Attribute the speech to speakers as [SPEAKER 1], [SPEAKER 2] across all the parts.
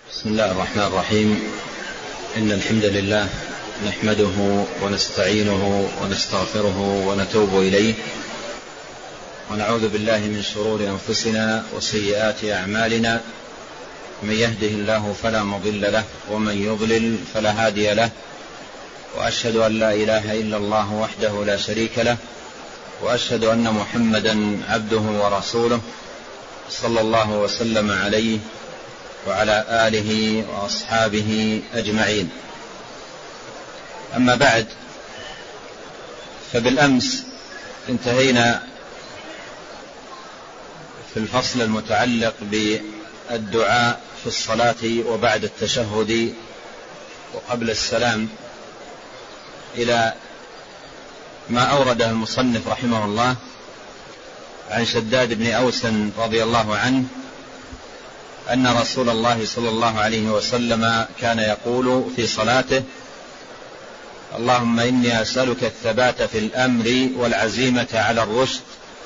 [SPEAKER 1] بسم الله الرحمن الرحيم. إن الحمد لله نحمده ونستعينه ونستغفره ونتوب إليه، ونعوذ بالله من شرور أنفسنا وسيئات أعمالنا. من يهده الله فلا مضل له، ومن يضلل فلا هادي له، وأشهد أن لا إله إلا الله وحده لا شريك له، وأشهد أن محمدا عبده ورسوله صلى الله وسلم عليه وعلى آله وأصحابه أجمعين. أما بعد، فبالأمس انتهينا في الفصل المتعلق بالدعاء في الصلاة وبعد التشهد وقبل السلام إلى ما أورده المصنف رحمه الله عن شداد بن أوس رضي الله عنه أن رسول الله صلى الله عليه وسلم كان يقول في صلاته: اللهم إني أسألك الثبات في الأمر والعزيمة على الرشد،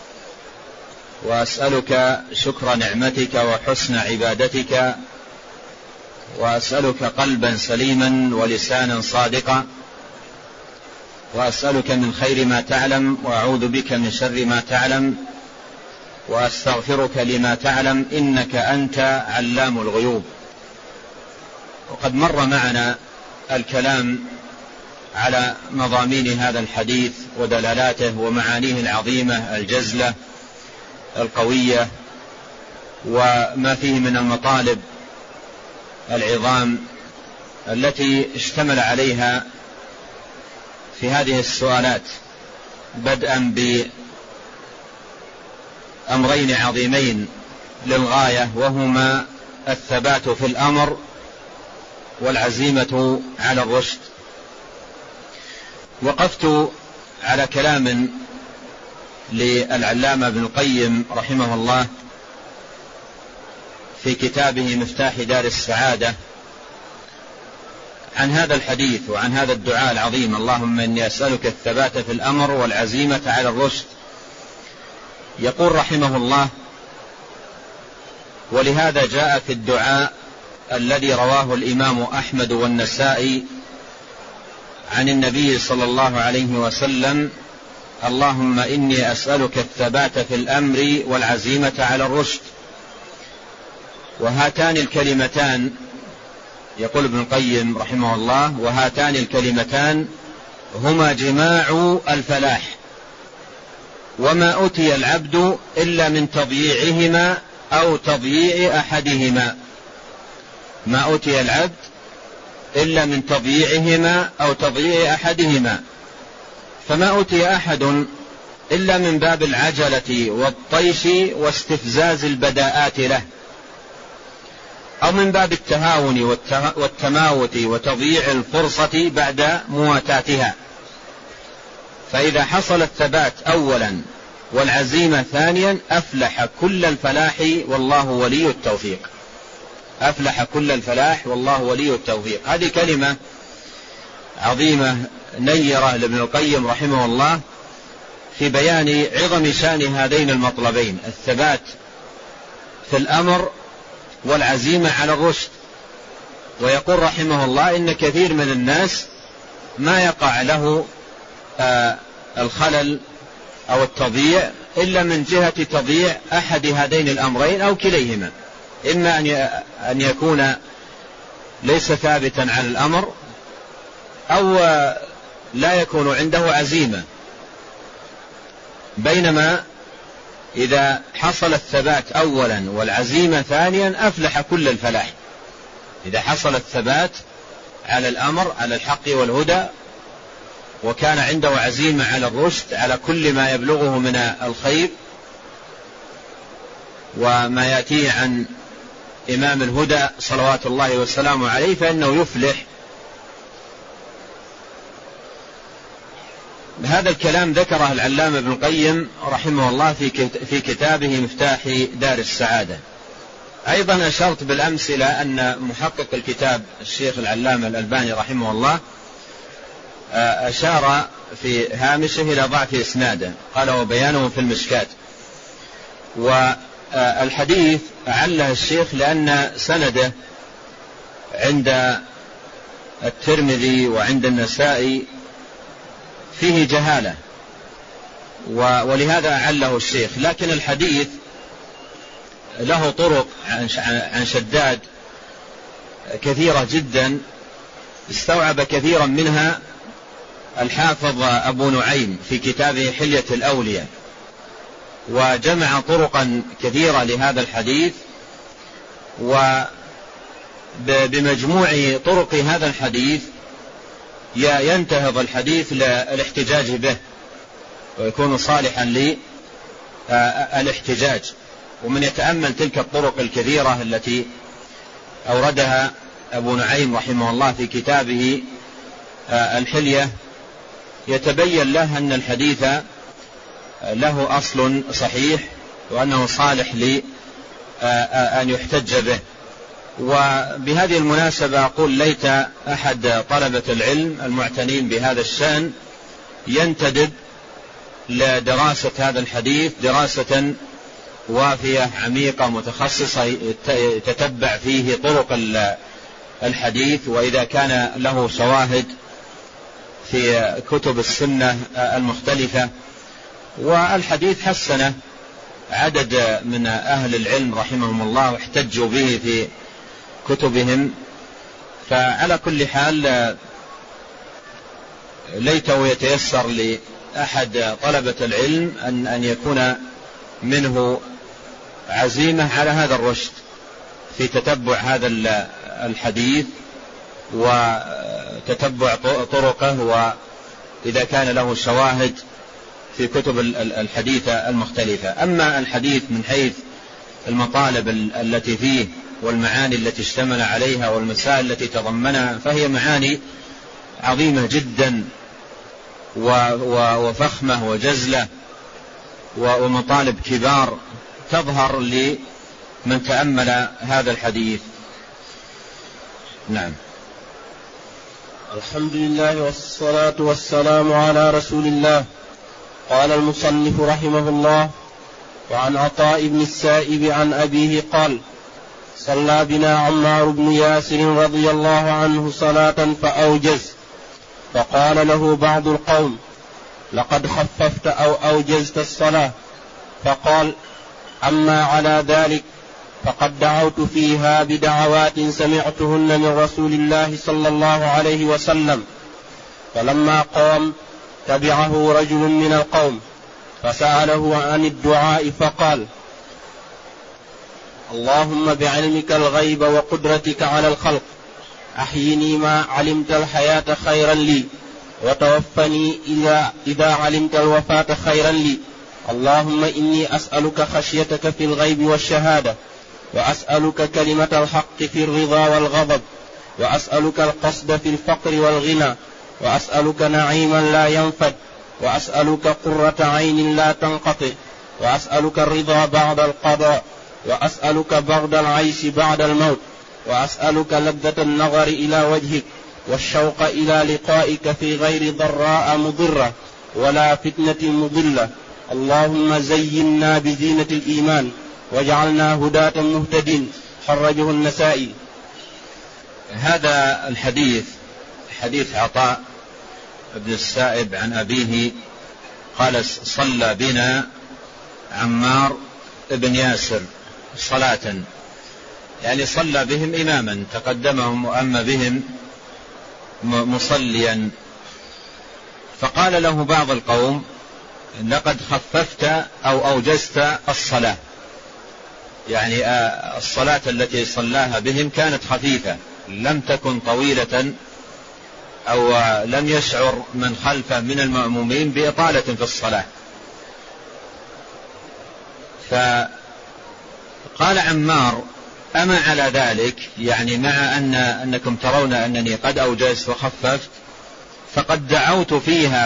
[SPEAKER 1] وأسألك شكر نعمتك وحسن عبادتك، وأسألك قلبا سليما ولسانا صادقا، وأسألك من خير ما تعلم، وأعوذ بك من شر ما تعلم، وأستغفرك لما تعلم، إنك أنت علام الغيوب. وقد مر معنا الكلام على مضامين هذا الحديث ودلالاته ومعانيه العظيمة الجزلة القوية، وما فيه من المطالب العظام التي اشتمل عليها في هذه السؤالات، بدءا بأمرين عظيمين للغاية، وهما الثبات في الأمر والعزيمة على الرشد. وقفت على كلام للعلامة ابن القيم رحمه الله في كتابه مفتاح دار السعادة عن هذا الحديث وعن هذا الدعاء العظيم: اللهم إني أسألك الثبات في الأمر والعزيمة على الرشد. يقول رحمه الله: ولهذا جاء في الدعاء الذي رواه الإمام أحمد والنسائي عن النبي صلى الله عليه وسلم: اللهم إني أسألك الثبات في الأمر والعزيمة على الرشد. وهاتان الكلمتان، يقول ابن القيم رحمه الله، وهاتان الكلمتان هما جماع الفلاح، وما أتي العبد إلا من تضييعهما أو تضييع أحدهما. ما أتي العبد إلا من تضييعهما أو تضييع أحدهما، فما أتي أحد إلا من باب العجلة والطيش واستفزاز البداءات له، أو من باب التهاون والتماوت وتضييع الفرصة بعد مواتاتها. فإذا حصل الثبات أولا والعزيمة ثانيا أفلح كل الفلاح والله ولي التوفيق. أفلح كل الفلاح والله ولي التوفيق. هذه كلمة عظيمة نيرة لابن القيم رحمه الله في بيان عظم شأن هذين المطلبين: الثبات في الأمر والعزيمة على الرشد. ويقول رحمه الله: إن كثير من الناس ما يقع له الخلل أو التضييع إلا من جهة تضييع أحد هذين الأمرين أو كليهما، إما أن يكون ليس ثابتا على الأمر، أو لا يكون عنده عزيمة. بينما إذا حصل الثبات أولا والعزيمة ثانيا أفلح كل الفلاح. إذا حصل الثبات على الأمر، على الحق والهدى، وكان عنده عزيمة على الرشد، على كل ما يبلغه من الخير وما يأتيه عن إمام الهدى صلوات الله وسلامه عليه، فإنه يفلح. هذا الكلام ذكره العلامة ابن القيم رحمه الله في كتابه مفتاح دار السعادة. أيضا أشرت بالأمس إلى أن محقق الكتاب الشيخ العلامة الألباني رحمه الله أشار في هامشه إلى ضعف إسناده، قال وبيانه في المشكات. والحديث أعله الشيخ لأن سنده عند الترمذي وعند النسائي فيه جهالة، ولهذا أعله الشيخ. لكن الحديث له طرق عن شداد كثيرة جدا، استوعب كثيرا منها الحافظ أبو نعيم في كتابه حلية الأولياء، وجمع طرقا كثيرة لهذا الحديث، وبمجموع طرق هذا الحديث ينتهض الحديث للاحتجاج به ويكون صالحا للاحتجاج. ومن يتأمل تلك الطرق الكثيرة التي أوردها أبو نعيم رحمه الله في كتابه الحلية يتبين له أن الحديث له أصل صحيح وأنه صالح لأن يحتج به. وبهذه المناسبة أقول ليت أحد طلبة العلم المعتنين بهذا الشأن ينتدب لدراسة هذا الحديث دراسة وافية عميقة متخصصة، يتتبع فيه طرق الحديث، وإذا كان له شواهد في كتب السنة المختلفة. والحديث حسنه عدد من أهل العلم رحمهم الله واحتجوا به في كتبهم. فعلى كل حال ليته يتيسر لأحد طلبة العلم أن يكون منه عزيمة على هذا الرشد في تتبع هذا الحديث وتتبع طرقه، وإذا كان له شواهد في كتب الحديث المختلفة. أما الحديث من حيث المطالب التي فيه والمعاني التي اشتمل عليها والمسائل التي تضمنها فهي معاني عظيمة جدا وفخمة وجزلة ومطالب كبار تظهر لمن تأمل هذا الحديث. نعم.
[SPEAKER 2] الحمد لله والصلاة والسلام على رسول الله. قال المصنف رحمه الله: وعن عطاء بن السائب عن أبيه قال: صلى بنا عمار بن ياسر رضي الله عنه صلاة فأوجز، فقال له بعض القوم: لقد خففت أو أوجزت الصلاة. فقال: أما على ذلك فقد دعوت فيها بدعوات سمعتهن من رسول الله صلى الله عليه وسلم. فلما قام تبعه رجل من القوم فسأله عن الدعاء فقال: اللهم بعلمك الغيب وقدرتك على الخلق أحيني ما علمت الحياة خيرا لي، وتوفني إذا علمت الوفاة خيرا لي. اللهم إني أسألك خشيتك في الغيب والشهادة، وأسألك كلمة الحق في الرضا والغضب، وأسألك القصد في الفقر والغنى، وأسألك نعيما لا ينفد، وأسألك قرة عين لا تنقطع، وأسألك الرضا بعد القضاء، وأسألك بعد العيش بعد الموت، وأسألك لذة النظر إلى وجهك والشوق إلى لقائك في غير ضراء مضرة ولا فتنة مضلة. اللهم زينا بزينة الإيمان واجعلنا هداة مهتدين. خرجه النسائي.
[SPEAKER 1] هذا الحديث حديث عطاء بن السائب عن أبيه قال: صلى بنا عمار بن ياسر صلاة، يعني صلى بهم إماما تقدمهم وأما بهم مصليا. فقال له بعض القوم: لقد خففت أو أوجزت الصلاة، يعني الصلاة التي صلاها بهم كانت خفيفة لم تكن طويلة، أو لم يشعر من خلفه من المأمومين بإطالة في الصلاة. فقال عمار: أما على ذلك، يعني مع أنكم ترون أنني قد أوجزت وخففت، فقد دعوت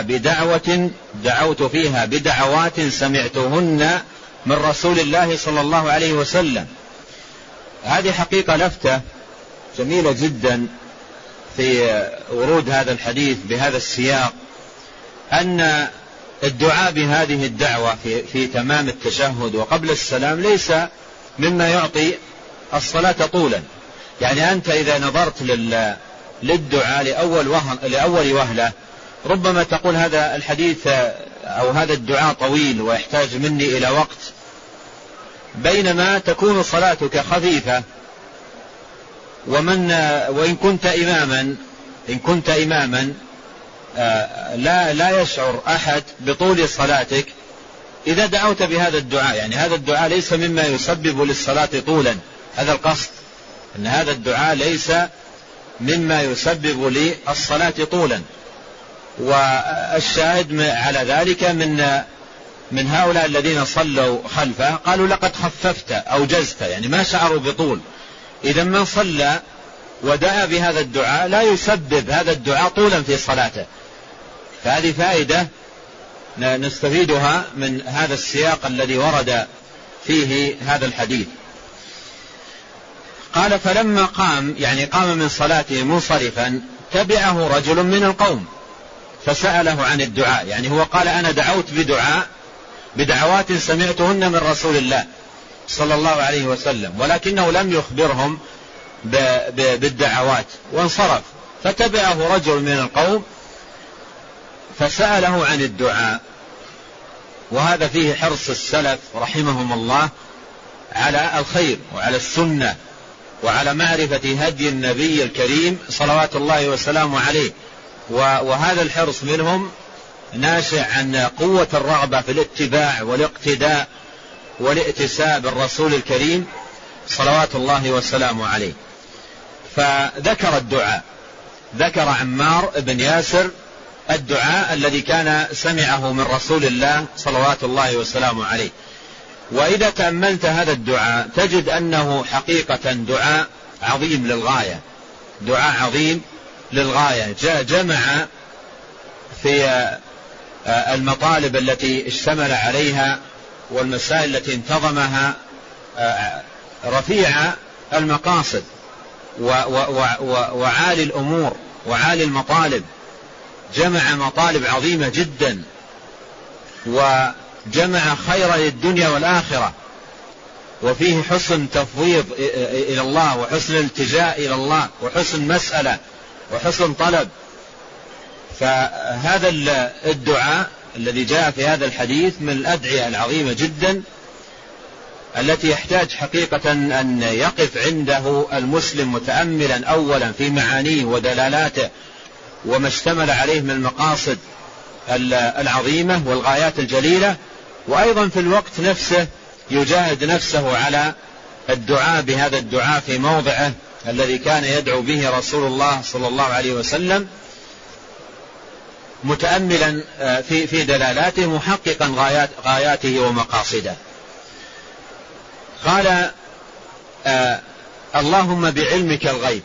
[SPEAKER 1] فيها بدعوات سمعتهن من رسول الله صلى الله عليه وسلم. هذه حقيقة لفتة جميلة جدا في ورود هذا الحديث بهذا السياق، أن الدعاء بهذه الدعوة في تمام التشهد وقبل السلام ليس مما يعطي الصلاة طولا، يعني أنت إذا نظرت للدعاء لأول وهلة ربما تقول هذا الحديث أو هذا الدعاء طويل ويحتاج مني إلى وقت، بينما تكون صلاتك خفيفة. وإن كنت إماما لا يشعر أحد بطول صلاتك إذا دعوت بهذا الدعاء. يعني هذا الدعاء ليس مما يسبب للصلاة طولا، هذا القصد، أن هذا الدعاء ليس مما يسبب للصلاة طولا. والشاهد على ذلك من هؤلاء الذين صلوا خلفه قالوا لقد خففت أو جزت، يعني ما شعروا بطول. إذا من صلى ودعا بهذا الدعاء لا يسبب هذا الدعاء طولا في صلاته. فهذه فائدة نستفيدها من هذا السياق الذي ورد فيه هذا الحديث. قال فلما قام، يعني قام من صلاته منصرفا، تبعه رجل من القوم فسأله عن الدعاء. يعني هو قال أنا دعوت بدعوات سمعتهن من رسول الله صلى الله عليه وسلم، ولكنه لم يخبرهم بالدعوات وانصرف. فتبعه رجل من القوم فسأله عن الدعاء. وهذا فيه حرص السلف رحمهم الله على الخير وعلى السنة وعلى معرفة هدي النبي الكريم صلوات الله وسلامه عليه. وهذا الحرص منهم ناشئ عن قوة الرغبة في الاتباع والاقتداء والائتساء بالرسول الكريم صلوات الله وسلامه عليه. فذكر الدعاء، ذكر عمار بن ياسر الدعاء الذي كان سمعه من رسول الله صلوات الله وسلامه عليه. وإذا تأملت هذا الدعاء تجد أنه حقيقة دعاء عظيم للغاية، دعاء عظيم للغاية، جمع في المطالب التي اشتمل عليها والمسائل التي انتظمها رفيع المقاصد وعالي الأمور وعالي المطالب. جمع مطالب عظيمة جدا وجمع خير للدنيا والآخرة، وفيه حسن تفويض إلى الله وحسن الالتجاء إلى الله وحسن مسألة وحسن طلب. فهذا الدعاء الذي جاء في هذا الحديث من الأدعية العظيمة جدا التي يحتاج حقيقة أن يقف عنده المسلم متأملا أولا في معانيه ودلالاته وما اشتمل عليه من المقاصد العظيمة والغايات الجليلة، وأيضا في الوقت نفسه يجاهد نفسه على الدعاء بهذا الدعاء في موضعه الذي كان يدعو به رسول الله صلى الله عليه وسلم، متأملا في دلالاته محققا غاياته ومقاصده. قال اللهم بعلمك الغيب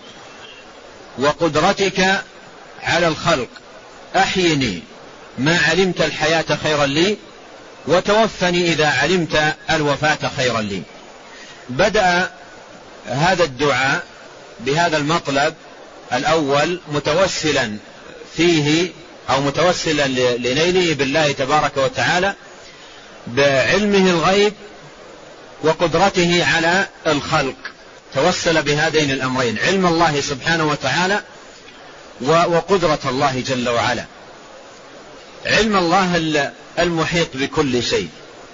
[SPEAKER 1] وقدرتك على الخلق أحيني ما علمت الحياة خيرا لي وتوفني إذا علمت الوفاة خيرا لي. بدأ هذا الدعاء بهذا المطلب الأول متوسلا فيه أو متوسلا لنيله بالله تبارك وتعالى بعلمه الغيب وقدرته على الخلق. توسل بهذين الأمرين، علم الله سبحانه وتعالى وقدرة الله جل وعلا. علم الله المحيط بكل شيء،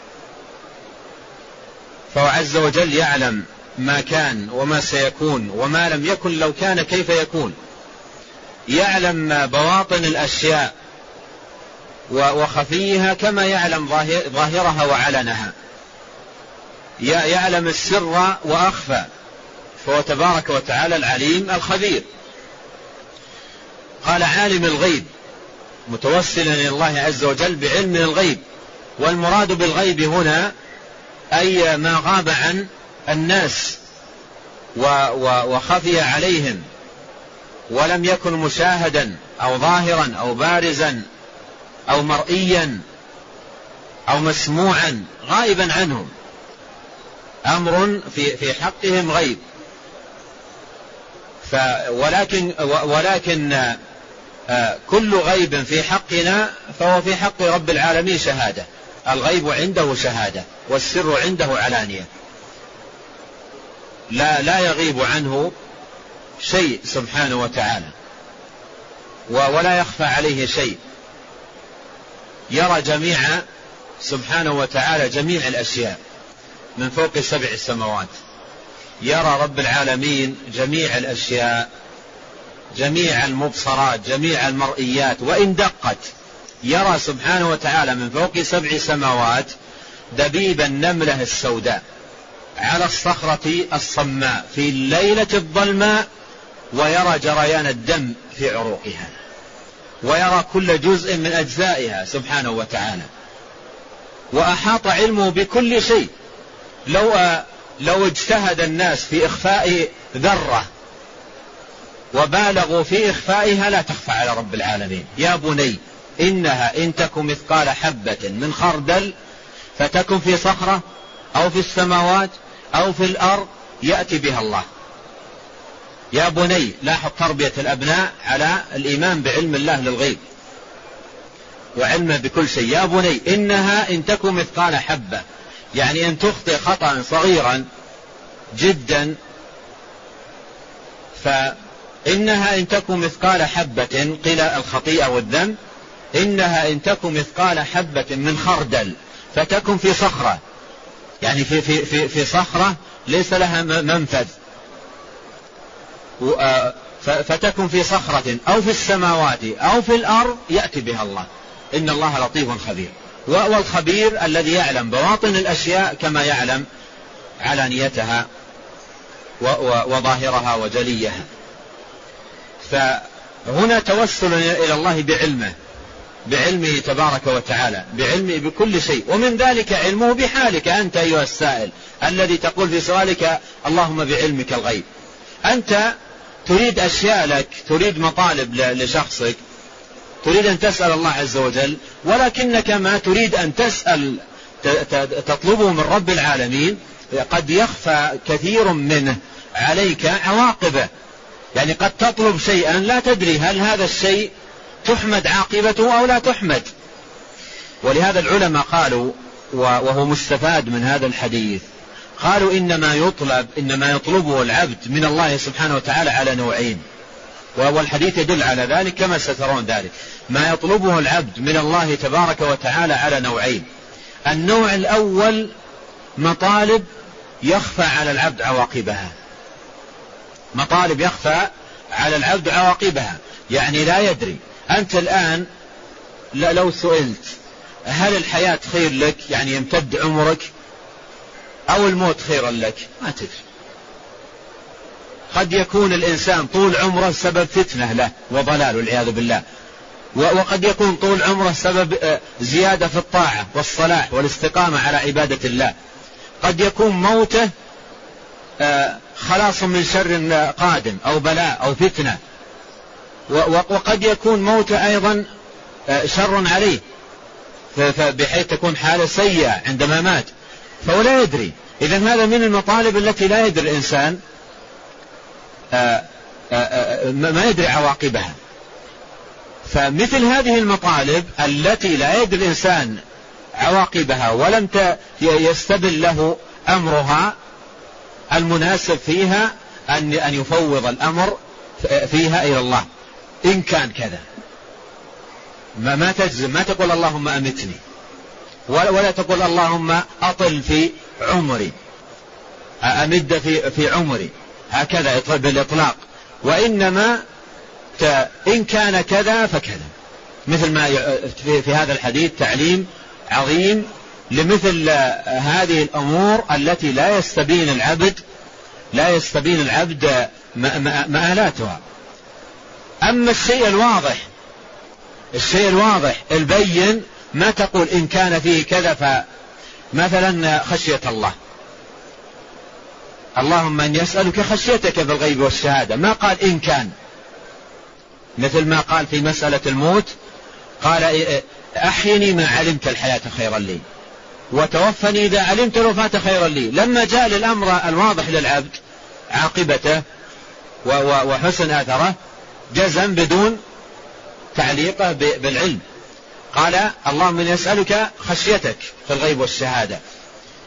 [SPEAKER 1] فهو عز وجل يعلم ما كان وما سيكون وما لم يكن لو كان كيف يكون، يعلم بواطن الأشياء وخفيها كما يعلم ظاهرها وعلنها، يعلم السر وأخفى، فهو تبارك وتعالى العليم الخبير. قال عالم الغيب متوسلا إلى الله عز وجل بعلم الغيب، والمراد بالغيب هنا أي ما غاب عن الناس وخفي عليهم ولم يكن مشاهدا أو ظاهرا أو بارزا أو مرئيا أو مسموعا، غائبا عنهم، أمر في حقهم غيب. ولكن كل غيب في حقنا فهو في حق رب العالمين شهادة. الغيب عنده شهادة والسر عنده علانية، لا يغيب عنه شيء سبحانه وتعالى ولا يخفى عليه شيء، يرى سبحانه وتعالى جميع الأشياء من فوق 7 سماوات، يرى رب العالمين جميع الأشياء، جميع المبصرات، جميع المرئيات وإن دقت، يرى سبحانه وتعالى من فوق 7 سماوات دبيب النملة السوداء على الصخرة الصماء في الليلة الظلماء، ويرى جريان الدم في عروقها، ويرى كل جزء من أجزائها سبحانه وتعالى، وأحاط علمه بكل شيء. لو اجتهد الناس في إخفاء ذرة وبالغوا في إخفائها لا تخفى على رب العالمين. يا بني إنها إن تك مثقال حبة من خردل فتكن في صخرة أو في السماوات أو في الأرض يأتي بها الله. يا بني، لاحظ تربية الأبناء على الإيمان بعلم الله للغيب وعلمه بكل شيء. يا بني إنها إن تك مثقال حبة، يعني أن تخطئ خطأ صغيرا جدا، فإنها إن تك مثقال حبة، قيل الخطيئة والذنب، إنها إن تك مثقال حبة من خردل فتكن في صخرة، يعني في صخرة ليس لها منفذ، فتكن في صخرة أو في السماوات أو في الأرض يأتي بها الله. إن الله لطيف خبير، والخبير الذي يعلم بواطن الأشياء كما يعلم علانيتها وظاهرها وجليها. فهنا توسل إلى الله بعلمه تبارك وتعالى، بعلمه بكل شيء، ومن ذلك علمه بحالك أنت أيها السائل الذي تقول في سؤالك اللهم بعلمك الغيب. أنت تريد أشياء لك، تريد مطالب لشخصك، تريد أن تسأل الله عز وجل، ولكنك ما تريد أن تطلبه من رب العالمين قد يخفى كثير منه عليك عواقبه. يعني قد تطلب شيئا لا تدري هل هذا الشيء تحمد عاقبته أو لا تحمد. ولهذا العلماء قالوا، وهو مستفاد من هذا الحديث، قالوا إنما يطلبه العبد من الله سبحانه وتعالى على نوعين، والحديث يدل على ذلك كما سترون ذلك. ما يطلبه العبد من الله تبارك وتعالى على نوعين. النوع الأول مطالب يخفى على العبد عواقبها، مطالب يخفى على العبد عواقبها، يعني لا يدري. أنت الآن لو سئلت هل الحياة خير لك، يعني يمتد عمرك، أو الموت خيرا لك، ما تدري. قد يكون الإنسان طول عمره سبب فتنة له وضلال والعياذ بالله، وقد يكون طول عمره سبب زيادة في الطاعة والصلاح والاستقامة على عبادة الله. قد يكون موته خلاص من شر قادم أو بلاء أو فتنة، وقد يكون موته أيضا شر عليه بحيث تكون حالة سيئة عندما مات، فهو يدري. إذن هذا من المطالب التي لا يدري الإنسان ما يدري عواقبها. فمثل هذه المطالب التي لا يدري الإنسان عواقبها ولم يستبل له أمرها، المناسب فيها أن يفوض الأمر فيها إلى الله. إن كان كذا ما تجزم، ما تقول اللهم أمتني، ولا تقول اللهم أطل في عمري، أمد في عمري، هكذا بالإطلاق. وإنما إن كان كذا فكذا، مثل ما في هذا الحديث تعليم عظيم لمثل هذه الأمور التي لا يستبين العبد مآلاتها. أما الشيء الواضح البين، ما تقول إن كان فيه كذا، فمثلا خشية الله، اللهم أن يسألك خشيتك في الغيب والشهادة، ما قال إن كان، مثل ما قال في مسألة الموت، قال أحيني ما علمت الحياة خيرا لي، وتوفني إذا علمت الوفاة خيرا لي. لما جاء للأمر الواضح للعبد عاقبته وحسن آثره، جزم بدون تعليقه بالعلم، قال اللهم إني أسألك خشيتك في الغيب والشهادة.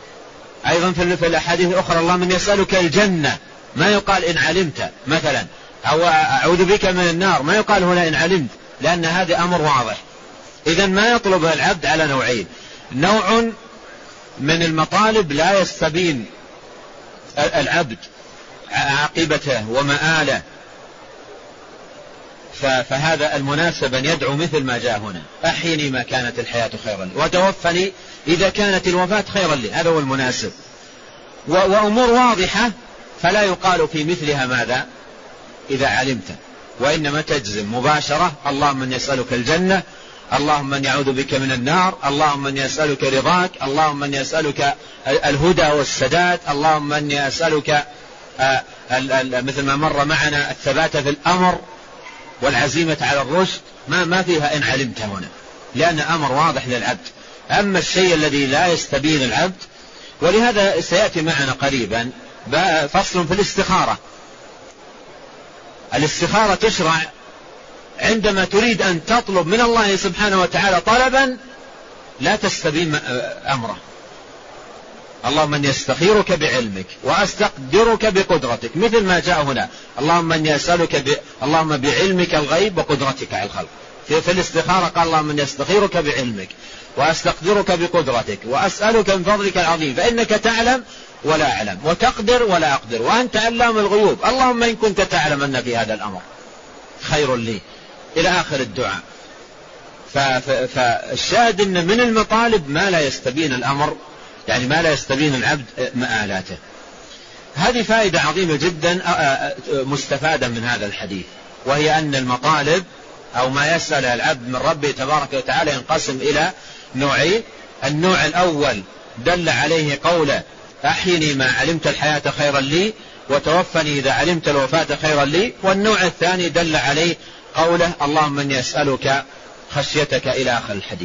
[SPEAKER 1] أيضا في الأحاديث الأخرى اللهم إني أسألك الجنة، ما يقال إن علمت مثلا، أو أعوذ بك من النار، ما يقال هنا إن علمت، لأن هذا أمر واضح. إذن ما يطلبها العبد على نوعين: نوع من المطالب لا يستبين العبد عاقبته ومآله، فهذا المناسب أن يدعو مثل ما جاء هنا: أحيني ما كانت الحياة خيرا لي، وتوفني إذا كانت الوفاة خيرا لي. هذا هو المناسب. وأمور واضحة فلا يقال في مثلها ماذا إذا علمت، وإنما تجزم مباشرة: اللهم من يسألك الجنة، اللهم من يعوذ بك من النار، اللهم من يسألك رضاك، اللهم من يسألك الهدى والسداد، اللهم من يسألك مثل ما مر معنا الثبات في الأمر والعزيمة على الرشد. ما فيها إن علمت هنا، لأن أمر واضح للعبد. أما الشيء الذي لا يستبين العبد، ولهذا سيأتي معنا قريبا فصل في الاستخارة. الاستخارة تشرع عندما تريد أن تطلب من الله سبحانه وتعالى طلبا لا تستبين أمره. اللهم من يستخيرك بعلمك وأستقدرك بقدرتك، مثل ما جاء هنا: اللهم من يسألك اللهم بعلمك الغيب وقدرتك على الخلق. في الاستخارة قال: اللهم من يستخيرك بعلمك وأستقدرك بقدرتك وأسألك من فضلك العظيم فإنك تعلم ولا أعلم وتقدر ولا أقدر وأنت علام الغيوب، اللهم إن كنت تعلم أن في هذا الأمر خير لي، إلى آخر الدعاء. فالشاهد أن من المطالب ما لا يستبين الأمر، يعني ما لا يستبين العبد مآلاته. هذه فائدة عظيمة جدا مستفادة من هذا الحديث، وهي أن المطالب أو ما يسأل العبد من ربه تبارك وتعالى ينقسم إلى نوعين: النوع الأول دل عليه قوله: أحيني ما علمت الحياة خيرا لي وتوفني إذا علمت الوفاة خيرا لي. والنوع الثاني دل عليه قوله: اللهم من يسألك خشيتك، إلى آخر الحديث.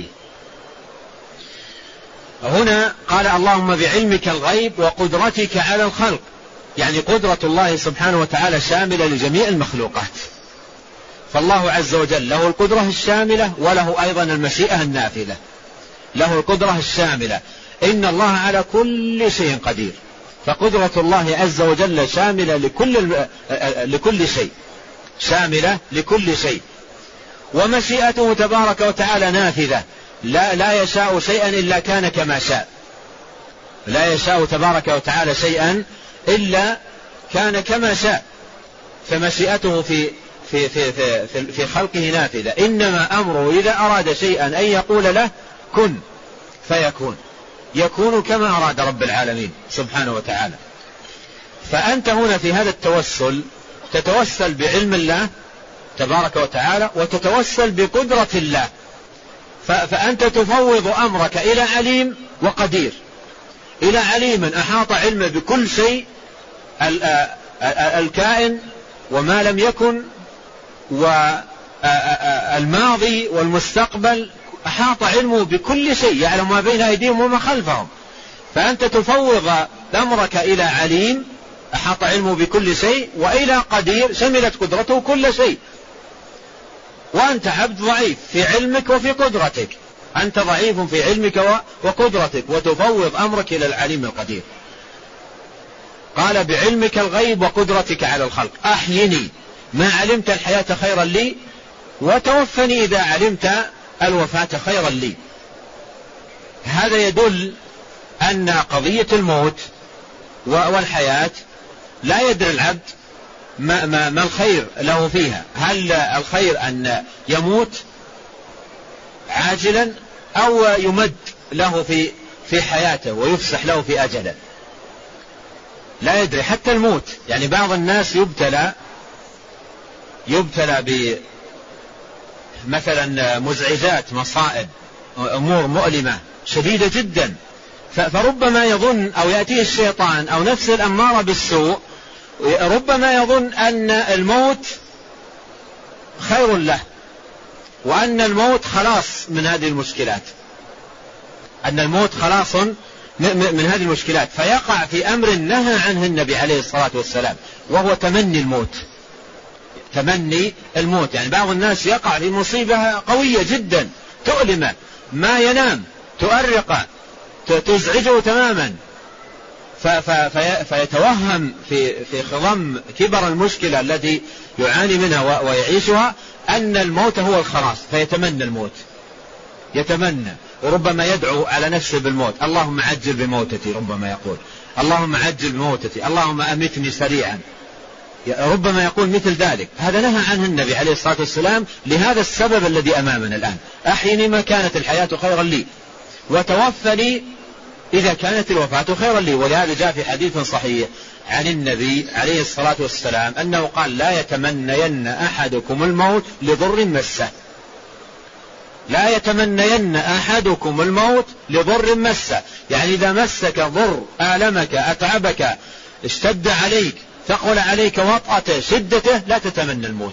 [SPEAKER 1] هنا قال: اللهم بعلمك الغيب وقدرتك على الخلق، يعني قدرة الله سبحانه وتعالى شاملة لجميع المخلوقات، فالله عز وجل له القدرة الشاملة وله أيضا المشيئة النافذة. له القدرة الشاملة، إن الله على كل شيء قدير، فقدرة الله عز وجل شاملة لكل شيء، شاملة لكل شيء. ومشيئته تبارك وتعالى نافذة، لا يشاء شيئا إلا كان كما شاء، لا يشاء تبارك وتعالى شيئا إلا كان كما شاء. فمشيئته في خلقه نافذة، إنما أمره إذا أراد شيئا أن يقول له كن فيكون، يكون كما أراد رب العالمين سبحانه وتعالى. فأنت هنا في هذا التوسل تتوسل بعلم الله تبارك وتعالى وتتوسل بقدرة الله، فأنت تفوض أمرك إلى عليم وقدير، إلى عليم أحاط علمه بكل شيء الكائن وما لم يكن والماضي والمستقبل، أحاط علمه بكل شيء، يعلم ما بين أيديهم وما خلفهم. فأنت تفوض أمرك إلى عليم أحاط علمه بكل شيء، وإلى قدير شملت قدرته كل شيء. وأنت عبد ضعيف في علمك وفي قدرتك، أنت ضعيف في علمك وقدرتك، وتفوض أمرك إلى العليم القدير. قال: بعلمك الغيب وقدرتك على الخلق، أحيني ما علمت الحياة خيرا لي وتوفني إذا علمت الوفاة خيرا لي. هذا يدل أن قضية الموت والحياة لا يدري العبد ما الخير له فيها. هل الخير أن يموت عاجلا أو يمد له في حياته ويفسح له في أجله؟ لا يدري حتى الموت. يعني بعض الناس يبتلى مثلا مزعجات، مصائب، أمور مؤلمة شديدة جدا، فربما يظن أو يأتيه الشيطان أو نفس الأمارة بالسوء، ربما يظن أن الموت خير له، وأن الموت خلاص من هذه المشكلات، أن الموت خلاص من هذه المشكلات، فيقع في أمر نهى عنه النبي عليه الصلاة والسلام، وهو تمني الموت. تمني الموت، يعني بعض الناس يقع في مصيبة قوية جدا تؤلمه، ما ينام، تؤرقه، تزعجه تماما، فيتوهم في خضم كبر المشكلة التي يعاني منها ويعيشها أن الموت هو الخلاص، فيتمنى الموت، يتمنى، وربما يدعو على نفسه بالموت، اللهم عجل بموتتي، ربما يقول اللهم عجل بموتتي، اللهم أمتني سريعا، ربما يقول مثل ذلك. هذا نهى عنه النبي عليه الصلاة والسلام لهذا السبب الذي أمامنا الآن، أحيني ما كانت الحياة خيرا لي وتوفني إذا كانت الوفاة خيرا لي. ولهذا جاء في حديث صحيح عن النبي عليه الصلاة والسلام أنه قال لا يتمنين أحدكم الموت لضر مسه، لا يتمنين أحدكم الموت لضر مسه، يعني إذا مسك ضر آلمك أتعبك اشتد عليك ثقل عليك وطأته شدته لا تتمنى الموت،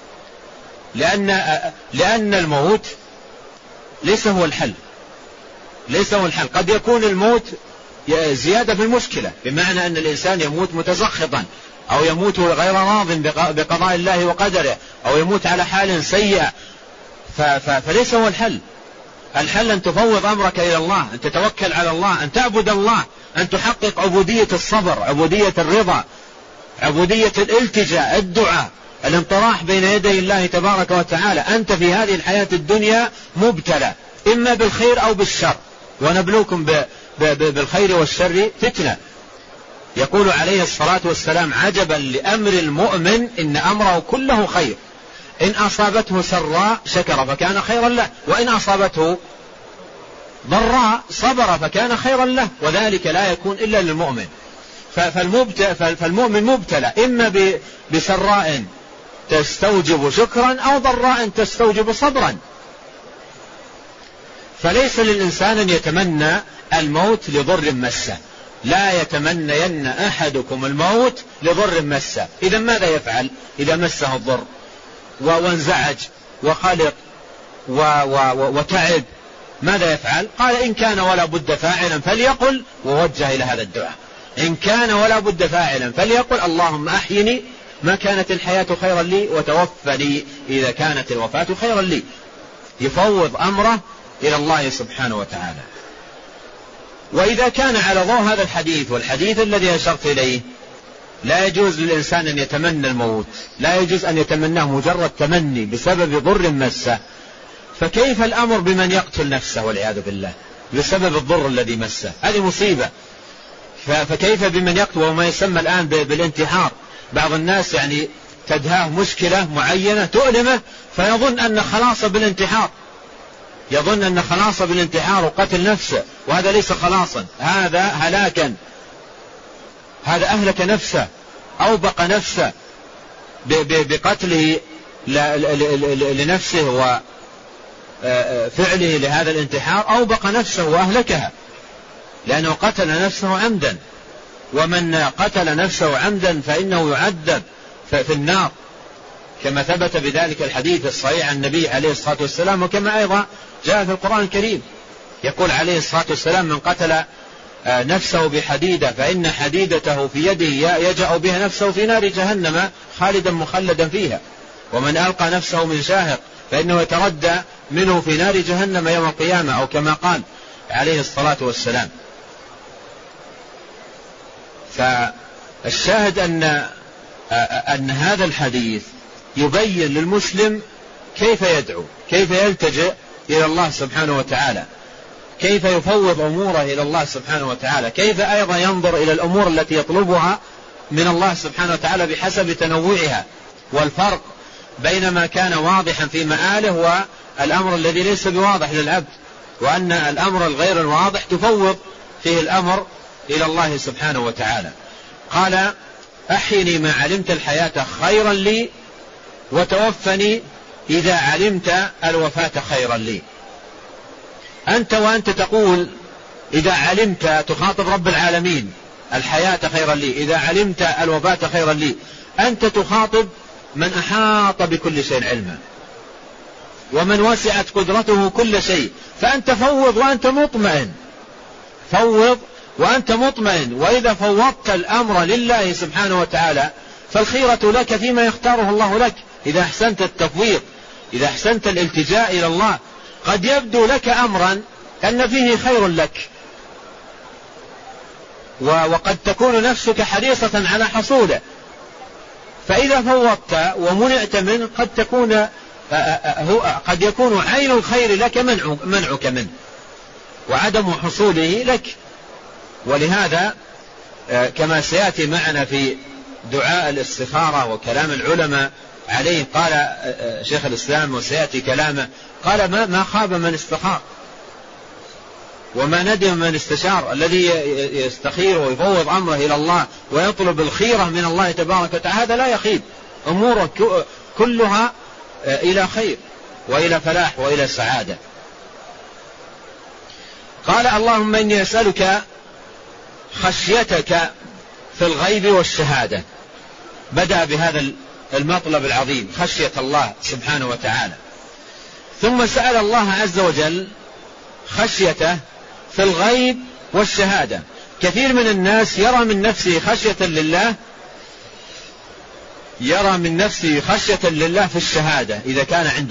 [SPEAKER 1] لأن الموت ليس هو الحل، ليس هو الحل. قد يكون الموت زيادة في المشكلة، بمعنى أن الإنسان يموت متسخطا أو يموت غير راض بقضاء الله وقدره أو يموت على حال سيئة، فليس هو الحل. الحل أن تفوض أمرك إلى الله، أن تتوكل على الله، أن تعبد الله، أن تحقق عبودية الصبر، عبودية الرضا، عبودية الالتجاء، الدعاء، الانطراح بين يدي الله تبارك وتعالى. أنت في هذه الحياة الدنيا مبتلى إما بالخير أو بالشر، ونبلوكم بالخير والشر فتنة. يقول عليه الصلاة والسلام عجبا لأمر المؤمن إن أمره كله خير، إن أصابته سراء شكر فكان خيرا له، وإن أصابته ضراء صبر فكان خيرا له، وذلك لا يكون إلا للمؤمن. فالمؤمن مبتلى إما بسراء تستوجب شكرا أو ضراء تستوجب صبرا. فليس للإنسان أن يتمنى الموت لضر مسه، لا يتمنين أحدكم الموت لضر مسه. إذا ماذا يفعل إذا مسه الضر وانزعج وقلق وتعب؟ ماذا يفعل؟ قال إن كان ولا بد فاعلا فليقل، ووجه إلى هذا الدعاء، إن كان ولا بد فاعلا فليقل اللهم أحيني ما كانت الحياة خيرا لي وتوفني إذا كانت الوفاة خيرا لي. يفوض أمره إلى الله سبحانه وتعالى. وإذا كان على ضوء هذا الحديث والحديث الذي أشرت إليه لا يجوز للإنسان أن يتمنى الموت، لا يجوز أن يتمناه مجرد تمني بسبب ضر مسه، فكيف الأمر بمن يقتل نفسه والعياذ بالله بسبب الضر الذي مسه؟ هذه مصيبة. فكيف بمن يقتل وما يسمى الآن بالانتحار؟ بعض الناس يعني تدهاه مشكلة معينة تؤلمه فيظن أن خلاصه بالانتحار، يظن أن خلاصه بالانتحار وقتل نفسه، وهذا ليس خلاصا، هذا هلاكا، هذا أهلك نفسه أو بقى نفسه بقتله لنفسه وفعله لهذا الانتحار، أو بقى نفسه وأهلكها، لأنه قتل نفسه عمدا، ومن قتل نفسه عمدا فإنه يعذب في النار، كما ثبت بذلك الحديث الصحيح عن النبي عليه الصلاة والسلام، وكما أيضا جاء في القرآن الكريم. يقول عليه الصلاة والسلام من قتل نفسه بحديدة فإن حديدته في يده يجأ بها نفسه في نار جهنم خالدا مخلدا فيها، ومن ألقى نفسه من شاهق فإنه يتردى منه في نار جهنم يوم القيامة، أو كما قال عليه الصلاة والسلام. فالشاهد أن هذا الحديث يبين للمسلم كيف يدعو، كيف يلتجئ إلى الله سبحانه وتعالى، كيف يفوض أموره إلى الله سبحانه وتعالى، كيف أيضا ينظر إلى الأمور التي يطلبها من الله سبحانه وتعالى بحسب تنوعها، والفرق بين ما كان واضحا في مآله والأمر الذي ليس بواضح للعبد، وأن الأمر الغير الواضح تفوض فيه الأمر إلى الله سبحانه وتعالى. قال أحيني ما علمت الحياة خيرا لي وتوفني إذا علمت الوفاة خيرا لي. أنت وأنت تقول إذا علمت، تخاطب رب العالمين، الحياة خيرا لي، إذا علمت الوفاة خيرا لي، أنت تخاطب من أحاط بكل شيء علما، ومن وسعت قدرته كل شيء، فأنت فوض وأنت مطمئن، فوض وأنت مطمئن. وإذا فوضت الأمر لله سبحانه وتعالى فالخيرة لك فيما يختاره الله لك. إذا أحسنت التفويض، إذا أحسنت الالتجاء إلى الله، قد يبدو لك أمرا أن فيه خير لك، وقد تكون نفسك حريصة على حصوله، فإذا فوضت ومنعت منه قد يكون عين الخير لك منعك منه وعدم حصوله لك. ولهذا كما سيأتي معنا في دعاء الاستخارة وكلام العلماء عليه، قال شيخ الإسلام وسيأتي كلامه، قال ما خاب من استخار وما ندم من استشار. الذي يستخير ويفوض أمره إلى الله ويطلب الخيرة من الله تبارك وتعالى هذا لا يخيب، أموره كلها إلى خير وإلى فلاح وإلى سعادة. قال اللهم إني أسألك خشيتك في الغيب والشهادة. بدأ بهذا المطلب العظيم، خشية الله سبحانه وتعالى، ثم سأل الله عز وجل خشيته في الغيب والشهادة. كثير من الناس يرى من نفسه خشية لله في الشهادة إذا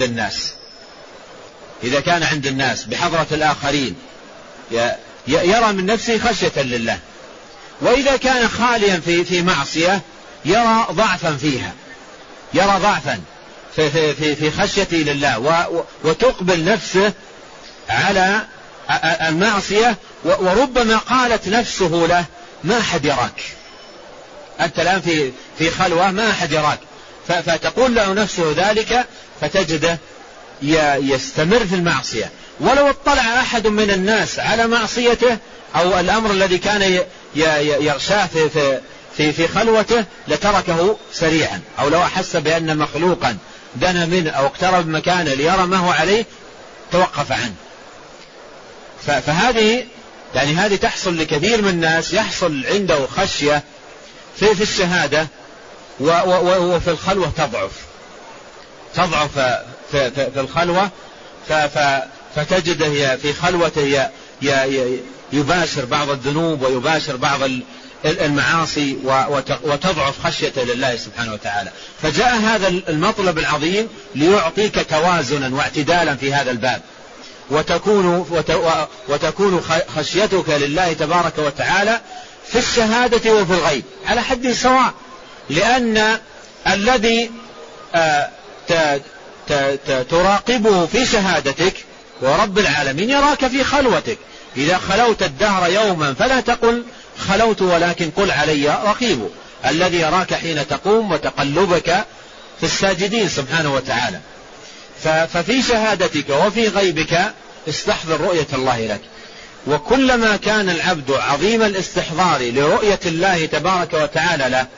[SPEAKER 1] كان عند الناس بحضرة الآخرين يرى من نفسه خشية لله، وإذا كان خاليا في معصية يرى ضعفا فيها، يرى ضعفا في خشيته لله، وتقبل نفسه على المعصية، وربما قالت نفسه له ما أحد يراك، أنت الآن في خلوة ما أحد يراك، فتقول له نفسه ذلك فتجده يستمر في المعصية. ولو اطلع أحد من الناس على معصيته أو الأمر الذي كان يغشاه في خلوته لتركه سريعا، أو لو أحس بأن مخلوقا دنا منه أو اقترب مكانه ليرى ما هو عليه توقف عنه. فهذه تحصل لكثير من الناس، يحصل عنده خشية في الشهادة وفي الخلوة تضعف في الخلوة، فتجده في خلوته يباشر بعض الذنوب ويباشر بعض المعاصي وتضعف خشيته لله سبحانه وتعالى. فجاء هذا المطلب العظيم ليعطيك توازنا واعتدالا في هذا الباب، وتكون خشيتك لله تبارك وتعالى في الشهادة وفي الغيب على حد سواء، لأن الذي تراقبه في شهادتك ورب العالمين يراك في خلوتك. إذا خلوت الدهر يوما فلا تقل خلوت، ولكن قل علي رقيب، الذي يراك حين تقوم وتقلبك في الساجدين سبحانه وتعالى. ففي شهادتك وفي غيبك استحضر رؤية الله لك، وكلما كان العبد عظيم الاستحضار لرؤية الله تبارك وتعالى له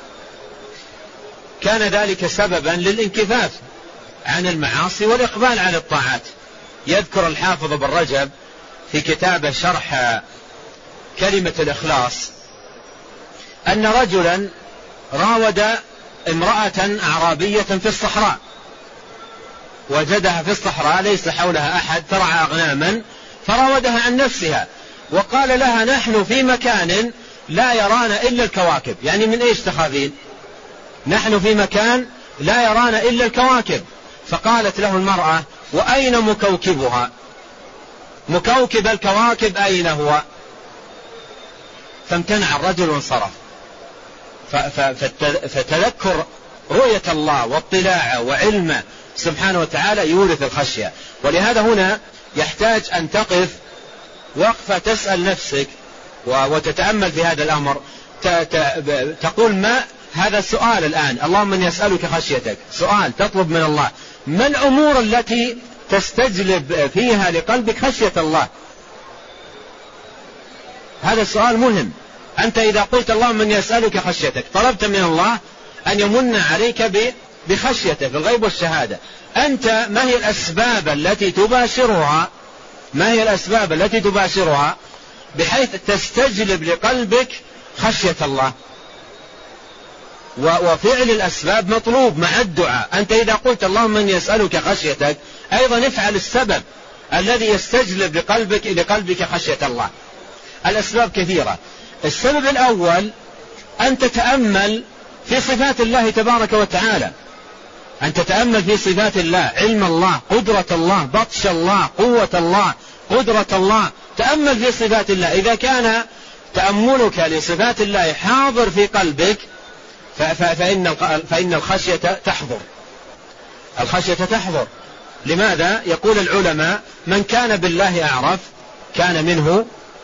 [SPEAKER 1] كان ذلك سببا للانكفاف عن المعاصي والإقبال على الطاعات. يذكر الحافظ ابن رجب في كتابه شرح كلمة الإخلاص أن رجلا راود امرأة أعرابية في الصحراء، وجدها في الصحراء ليس حولها أحد، ترعى أغناما، فراودها عن نفسها وقال لها نحن في مكان لا يرانا إلا الكواكب. يعني من إيش تخافين؟ نحن في مكان لا يرانا إلا الكواكب. فقالت له المرأة وأين مكوكبها؟ مكوكب الكواكب أين هو؟ فامتنع الرجل وانصرف. فتذكر رؤية الله واطلاعه وعلمه سبحانه وتعالى يورث الخشية. ولهذا هنا يحتاج أن تقف وقفة تسأل نفسك وتتأمل في هذا الأمر، تقول ما هذا السؤال الآن، اللهم إني أسألك خشيتك، سؤال تطلب من الله، ما الأمور التي تستجلب فيها لقلبك خشية الله؟ هذا السؤال مهم. أنت إذا قلت اللهم إني أسألك خشيتك طلبت من الله أن يمن عليك بخشيته في الغيب والشهادة. أنت ما هي الأسباب التي تباشرها بحيث تستجلب لقلبك خشية الله؟ وفعل الأسباب مطلوب مع الدعاء. أنت إذا قلت اللهم إني أسألك خشيتك أيضا افعل السبب الذي يستجلب لقلبك خشية الله. الأسباب كثيرة. السبب الأول أن تتأمل في صفات الله تبارك وتعالى، أن تتأمل في صفات الله، علم الله، قدرة الله، بطش الله، قوة الله، قدرة الله، تأمل في صفات الله. إذا كان تأملك لصفات الله حاضر في قلبك فإن الخشية تحضر. الخشية تحضر. لماذا؟ يقول العلماء: من كان بالله أعرف كان منه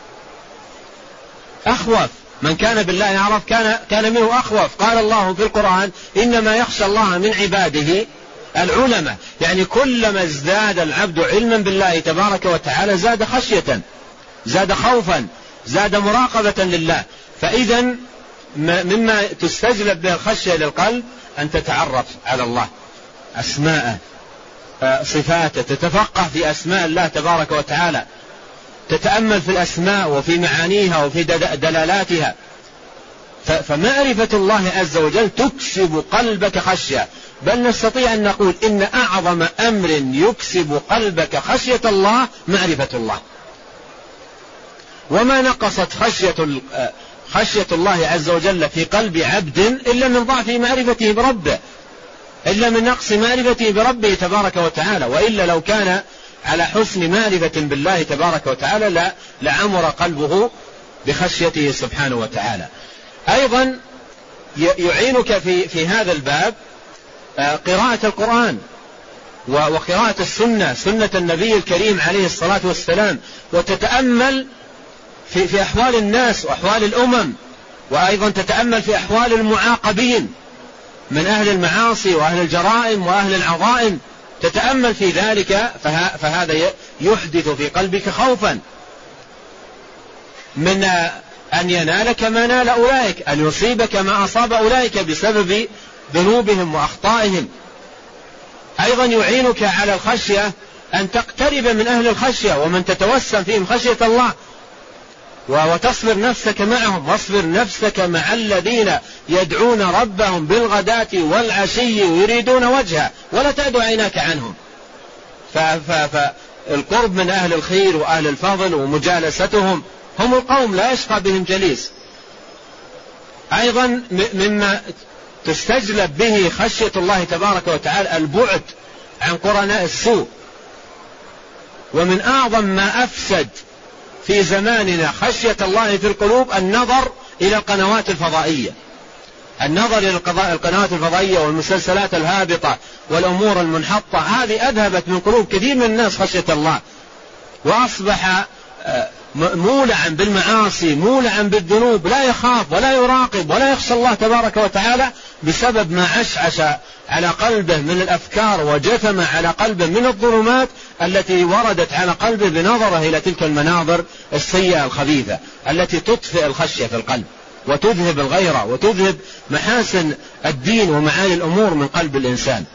[SPEAKER 1] أخوف. من كان بالله أعرف كان منه أخوف. قال الله في القرآن: إنما يخشى الله من عباده العلماء. يعني كلما ازداد العبد علما بالله تبارك وتعالى زاد خشية، زاد خوفا، زاد مراقبة لله. فإذا مما تستجلب به الخشية للقلب أن تتعرف على الله، أسماءه، صفاته، تتفقه في أسماء الله تبارك وتعالى، تتأمل في الأسماء وفي معانيها وفي دلالاتها. فمعرفة الله عز وجل تكسب قلبك خشية. بل نستطيع أن نقول إن أعظم أمر يكسب قلبك خشية الله معرفة الله. وما نقصت خشية الله عز وجل في قلب عبد إلا من ضعف معرفته بربه، إلا من نقص معرفته بربه تبارك وتعالى. وإلا لو كان على حسن معرفة بالله تبارك وتعالى لعمر قلبه بخشيته سبحانه وتعالى. أيضا يعينك في هذا الباب قراءة القرآن وقراءة السنة، سنة النبي الكريم عليه الصلاة والسلام، وتتأمل في أحوال الناس وأحوال الأمم، وأيضا تتأمل في أحوال المعاقبين من أهل المعاصي وأهل الجرائم وأهل العظائم، تتأمل في ذلك. فهذا يحدث في قلبك خوفا من أن ينالك ما نال أولئك، أن يصيبك ما أصاب أولئك بسبب ذنوبهم وأخطائهم. أيضا يعينك على الخشية أن تقترب من أهل الخشية ومن تتوسم فيهم خشية الله، وتصبر نفسك معهم، واصبر نفسك مع الذين يدعون ربهم بالغداة والعشي يريدون وجهه ولا تعد عيناك عنهم. فالقرب من أهل الخير وأهل الفضل ومجالستهم هم القوم لا يشقى بهم جليس. أيضا مما تستجلب به خشية الله تبارك وتعالى البعد عن قرناء السوء. ومن أعظم ما أفسد في زماننا خشية الله في القلوب النظر إلى القنوات الفضائية، النظر إلى القنوات الفضائية والمسلسلات الهابطة والأمور المنحطة. هذه أذهبت من قلوب كثير من الناس خشية الله، وأصبح مولعا بالمعاصي، مولعا بالذنوب، لا يخاف ولا يراقب ولا يخشى الله تبارك وتعالى بسبب ما عشعش على قلبه من الأفكار وجثم على قلبه من الظلمات التي وردت على قلبه بنظره إلى تلك المناظر السيئة الخبيثة التي تطفئ الخشية في القلب وتذهب الغيرة وتذهب محاسن الدين ومعاني الأمور من قلب الإنسان.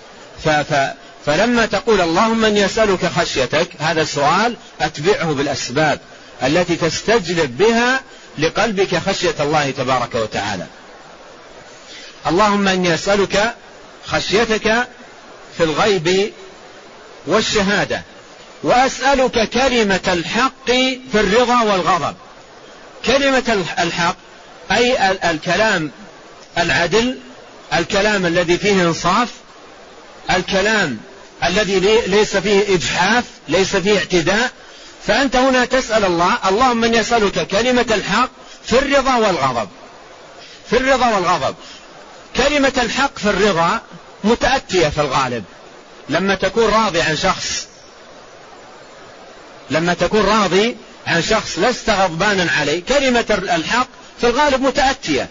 [SPEAKER 1] فلما تقول اللهم إني أسألك خشيتك، هذا السؤال أتبعه بالأسباب التي تستجلب بها لقلبك خشية الله تبارك وتعالى. اللهم إني أسألك خشيتك في الغيب والشهادة، وأسألك كلمة الحق في الرضا والغضب. كلمة الحق أي الكلام العدل، الكلام الذي فيه انصاف، الكلام الذي ليس فيه إجحاف، ليس فيه اعتداء. فأنت هنا تسأل الله اللهم إني أسألك كلمة الحق في الرضا والغضب. في الرضا والغضب. كلمة الحق في الرضا متأتية في الغالب. لما تكون راضي عن شخص لست غضبانا عليه، كلمة الحق في الغالب متأتية.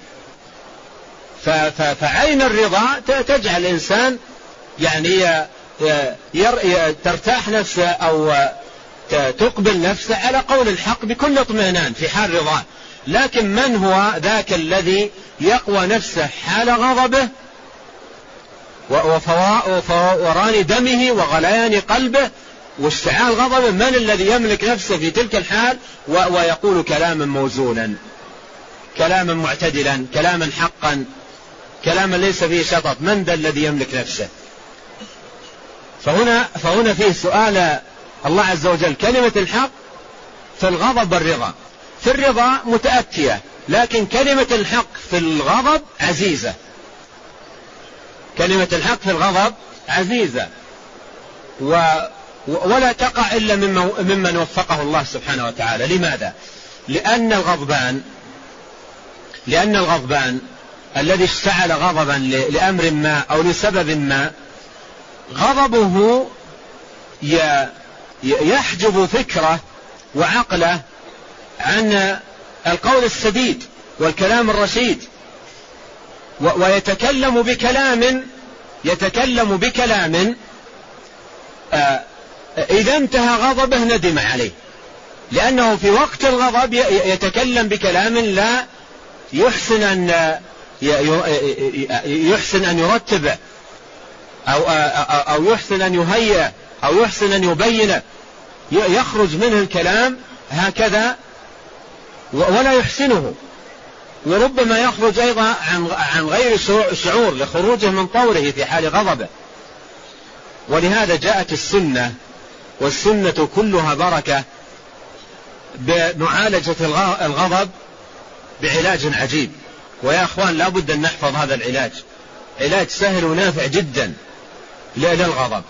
[SPEAKER 1] فعين الرضا تجعل الإنسان يعني ترتاح نفسه أو تقبل نفسه على قول الحق بكل اطمئنان في حال رضاه. لكن من هو ذاك الذي يقوى نفسه حال غضبه وفوران دمه وغليان قلبه واشتعال غضبه؟ من الذي يملك نفسه في تلك الحال ويقول كلاما موزونا، كلاما معتدلا، كلاما حقا، كلاما ليس فيه شطط؟ من ذا الذي يملك نفسه؟ فهنا فيه سؤال الله عز وجل. كلمة الحق في الغضب والرضا. في الرضا متأتية، لكن كلمة الحق في الغضب عزيزة. كلمة الحق في الغضب عزيزة ولا تقع إلا ممن وفقه الله سبحانه وتعالى. لماذا؟ لأن الغضبان الذي اشتعل غضبا لأمر ما أو لسبب ما، غضبه يحجب فكره وعقله عن القول السديد والكلام الرشيد، ويتكلم بكلام إذا انتهى غضبه ندم عليه، لأنه في وقت الغضب يتكلم بكلام لا يحسن أن يرتبه أو يحسن أن يهيئ أو يحسن أن يبين، يخرج منه الكلام هكذا ولا يحسنه، وربما يخرج أيضا عن غير شعور لخروجه من طوره في حال غضبه. ولهذا جاءت السنة، والسنة كلها بركة، بمعالجة الغضب بعلاج عجيب. ويا أخوان لا بد أن نحفظ هذا العلاج، علاج سهل ونافع جدا للغضب.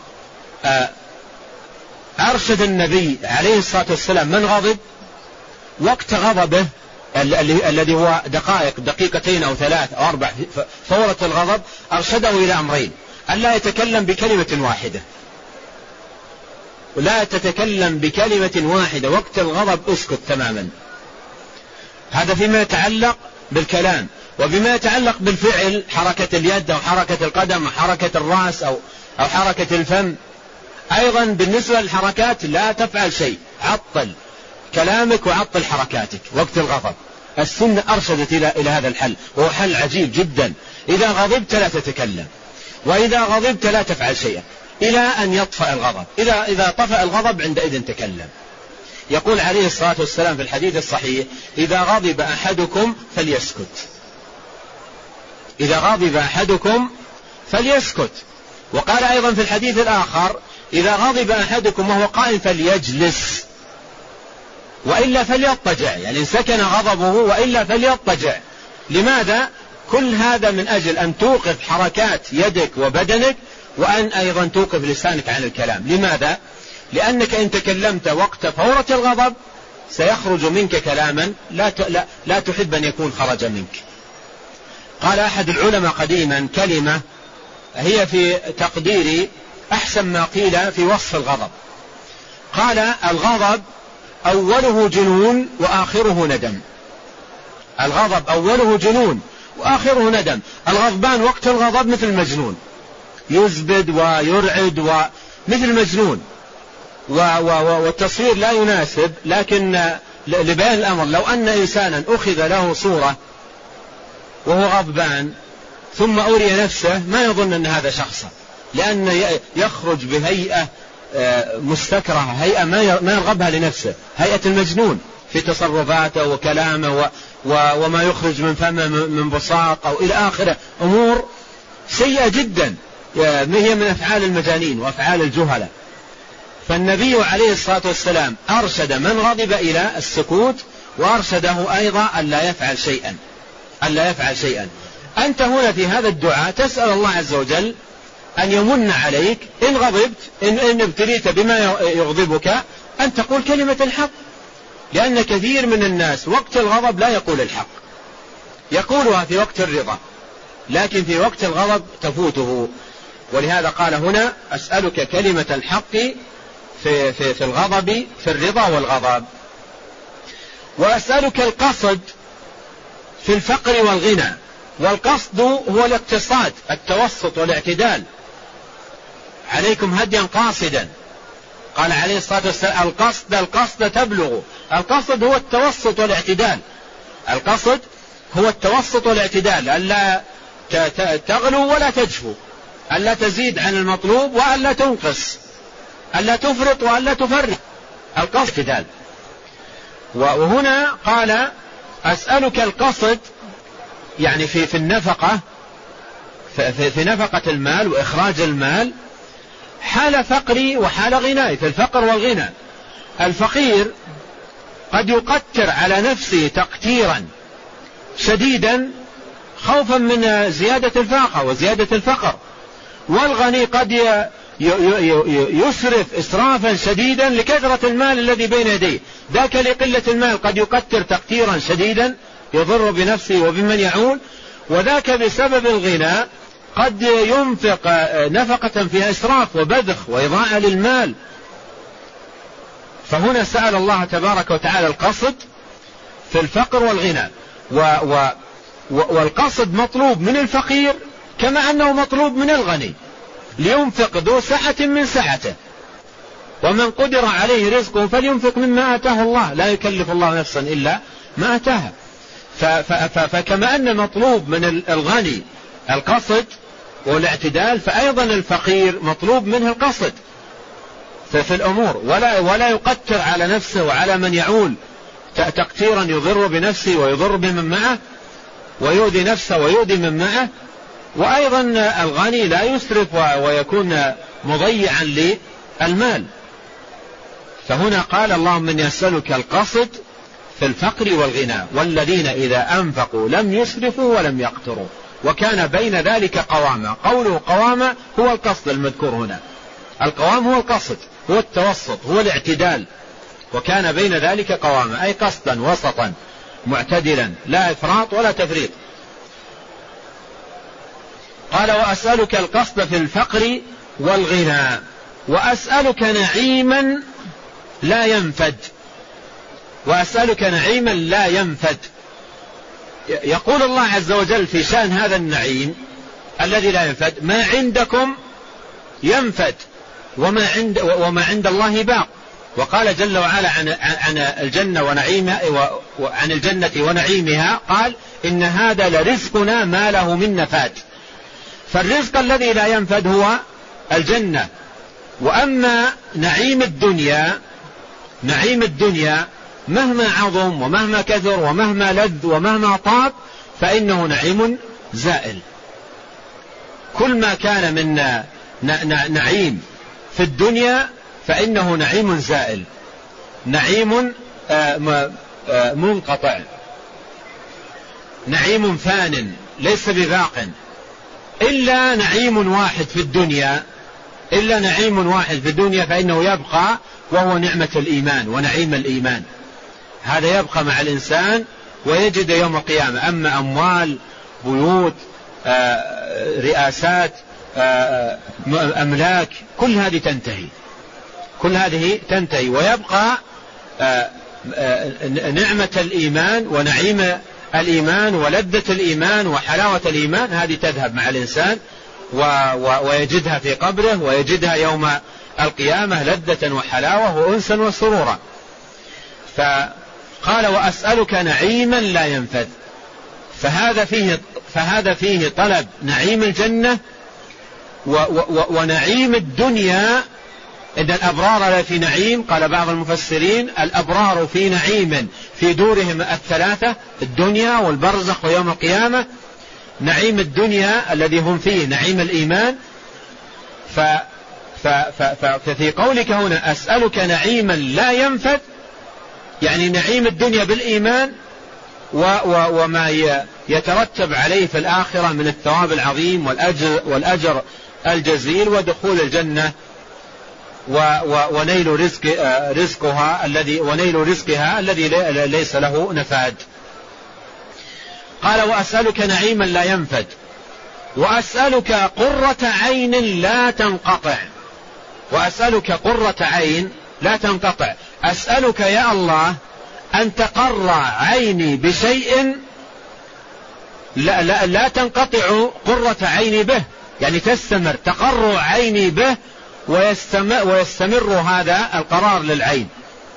[SPEAKER 1] أرشد النبي عليه الصلاة والسلام من غضب وقت غضبه الذي هو دقيقتين أو 3 أو 4 فورة الغضب، أرشده إلى أمرين: ألا يتكلم بكلمة واحدة، ولا تتكلم بكلمة واحدة وقت الغضب، اسكت تماما. هذا فيما يتعلق بالكلام. وبما يتعلق بالفعل، حركة اليد أو حركة القدم أو حركة الرأس أو حركة الفم، أيضا بالنسبة للحركات لا تفعل شيء، عطل كلامك وعطل حركاتك وقت الغضب. السنة أرشدت إلى هذا الحل، وهو حل عجيب جدا. إذا غضبت لا تتكلم، وإذا غضبت لا تفعل شيئا إلى أن يطفأ الغضب. إذا طفأ الغضب عندئذ تكلم. يقول عليه الصلاة والسلام في الحديث الصحيح: إذا غضب أحدكم فليسكت. إذا غضب أحدكم فليسكت. وقال أيضا في الحديث الآخر: إذا غضب أحدكم وهو قائم فليجلس، وإلا فليضطجع. يعني إن سكن غضبه وإلا فليضطجع. لماذا؟ كل هذا من أجل أن توقف حركات يدك وبدنك، وأن أيضا توقف لسانك عن الكلام. لماذا؟ لأنك إن تكلمت وقت فورة الغضب سيخرج منك كلاما لا تحب أن يكون خرج منك. قال أحد العلماء قديما كلمة هي في تقديري أحسن ما قيل في وصف الغضب. قال: الغضب أوله جنون وآخره ندم. الغضب أوله جنون وآخره ندم. الغضبان وقت الغضب مثل المجنون، يزبد ويرعد ومثل المجنون، والتصوير لا يناسب، لكن لبيان الأمر لو أن إنسانا أخذ له صورة وهو غضبان ثم أري نفسه ما يظن أن هذا شخصا، لأن يخرج بهيئة مستكرهة، هيئة ما يرغبها لنفسه، هيئة المجنون في تصرفاته وكلامه وما يخرج من فمه من بصاق أو إلى آخره، أمور سيئة جدا هي من أفعال المجانين وأفعال الجهلة. فالنبي عليه الصلاة والسلام أرشد من غضب إلى السكوت، وأرشده أيضا ألا يفعل شيئا. أنت هنا في هذا الدعاء تسأل الله عز وجل أن يمن عليك إن غضبت، إن ابتليت بما يغضبك، أن تقول كلمة الحق، لأن كثير من الناس وقت الغضب لا يقول الحق، يقولها في وقت الرضا، لكن في وقت الغضب تفوته. ولهذا قال هنا: أسألك كلمة الحق في الغضب، في الرضا والغضب، وأسألك القصد في الفقر والغنى. والقصد هو الاقتصاد، التوسط والاعتدال. عليكم هديا قاصدا. قال عليه الصلاة والسلام: القصد تبلغ. القصد هو التوسط والاعتدال. القصد هو التوسط والاعتدال، ألا تغلو ولا تجفو، ألا تزيد عن المطلوب وألا تنقص، ألا تفرط وألا تفرط. القصد اعتدال. وهنا قال: أسألك القصد، يعني في النفقة، في نفقة المال وإخراج المال، حال فقري وحال غناي، في الفقر والغنى. الفقير قد يقتر على نفسه تقتيرا شديدا خوفا من زيادة الفاقة وزيادة الفقر، والغني قد
[SPEAKER 3] يسرف إسرافا شديدا لكثرة المال الذي بين يديه، ذاك لقلة المال قد يقتر تقتيرا شديدا يضر بنفسه وبمن يعول، وذاك بسبب الغنى قد ينفق نفقة فيها إسراف وبذخ وإضاعة للمال. فهنا سأل الله تبارك وتعالى القصد في الفقر والغنى، والقصد مطلوب من الفقير كما أنه مطلوب من الغني، لينفق ذو سعة من سعته، ومن قدر عليه رزقه فلينفق مما آتاه الله، لا يكلف الله نفسا إلا ما آتاها. فكما أن مطلوب من الغني القصد والاعتدال، فأيضا الفقير مطلوب منه القصد في الأمور، ولا يقتر على نفسه وعلى من يعول تقتيرا يضر بنفسه ويضر بمن معه ويؤذي نفسه ويؤذي من معه. وأيضا الغني لا يسرف ويكون مضيعا للمال. فهنا قال اللهم إني أسألك القصد في الفقر والغنى، والذين إذا أنفقوا لم يسرفوا ولم يقتروا وكان بين ذلك قواما. قوله قواما هو القصد المذكور هنا، القوام هو القصد، هو التوسط، هو الاعتدال، وكان بين ذلك قواما أي قصدا وسطا معتدلا لا إفراط ولا تفريط. قال وأسألك القصد في الفقر والغنى، وأسألك نعيما لا ينفد، وأسألك نعيما لا ينفد. يقول الله عز وجل في شأن هذا النعيم الذي لا ينفد: ما عندكم ينفد وما عند الله باق. وقال جل وعلا عن الجنة ونعيمها، وعن الجنة ونعيمها قال: إن هذا لرزقنا ما له من نفاد. فالرزق الذي لا ينفد هو الجنة. وأما نعيم الدنيا مهما عظم ومهما كثر ومهما لذ ومهما طاب فإنه نعيم زائل. كل ما كان من نعيم في الدنيا فإنه نعيم زائل، نعيم منقطع، نعيم فان ليس بباق، إلا نعيم واحد في الدنيا فإنه يبقى، وهو نعمة الإيمان ونعيم الإيمان. هذا يبقى مع الإنسان ويجد يوم القيامة. أما أموال، بيوت، رئاسات، أملاك، كل هذه تنتهي ويبقى نعمة الإيمان ونعيم الإيمان ولذة الإيمان وحلاوة الإيمان، هذه تذهب مع الإنسان ويجدها في قبره، ويجدها يوم القيامة لذة وحلاوة وأنسا وسرورا. فقال وأسألك نعيما لا ينفد، فهذا فيه طلب نعيم الجنة ونعيم الدنيا. إن الأبرار في نعيم، قال بعض المفسرين: الأبرار في نعيم في دورهم الثلاثة، الدنيا والبرزخ ويوم القيامة. نعيم الدنيا الذي هم فيه نعيم الإيمان. ففي قولك هنا أسألك نعيما لا ينفد، يعني نعيم الدنيا بالإيمان وما يترتب عليه في الآخرة من الثواب العظيم والأجر الجزيل ودخول الجنة ونيل رزقها الذي ليس له نفاد. قال وأسألك نعيما لا ينفد، وأسألك قرة عين لا تنقطع. وأسألك قرة عين لا تنقطع، أسألك يا الله أن تقر عيني بشيء لا تنقطع قرة عيني به، يعني تستمر، تقر عيني به ويستمر هذا القرار للعين.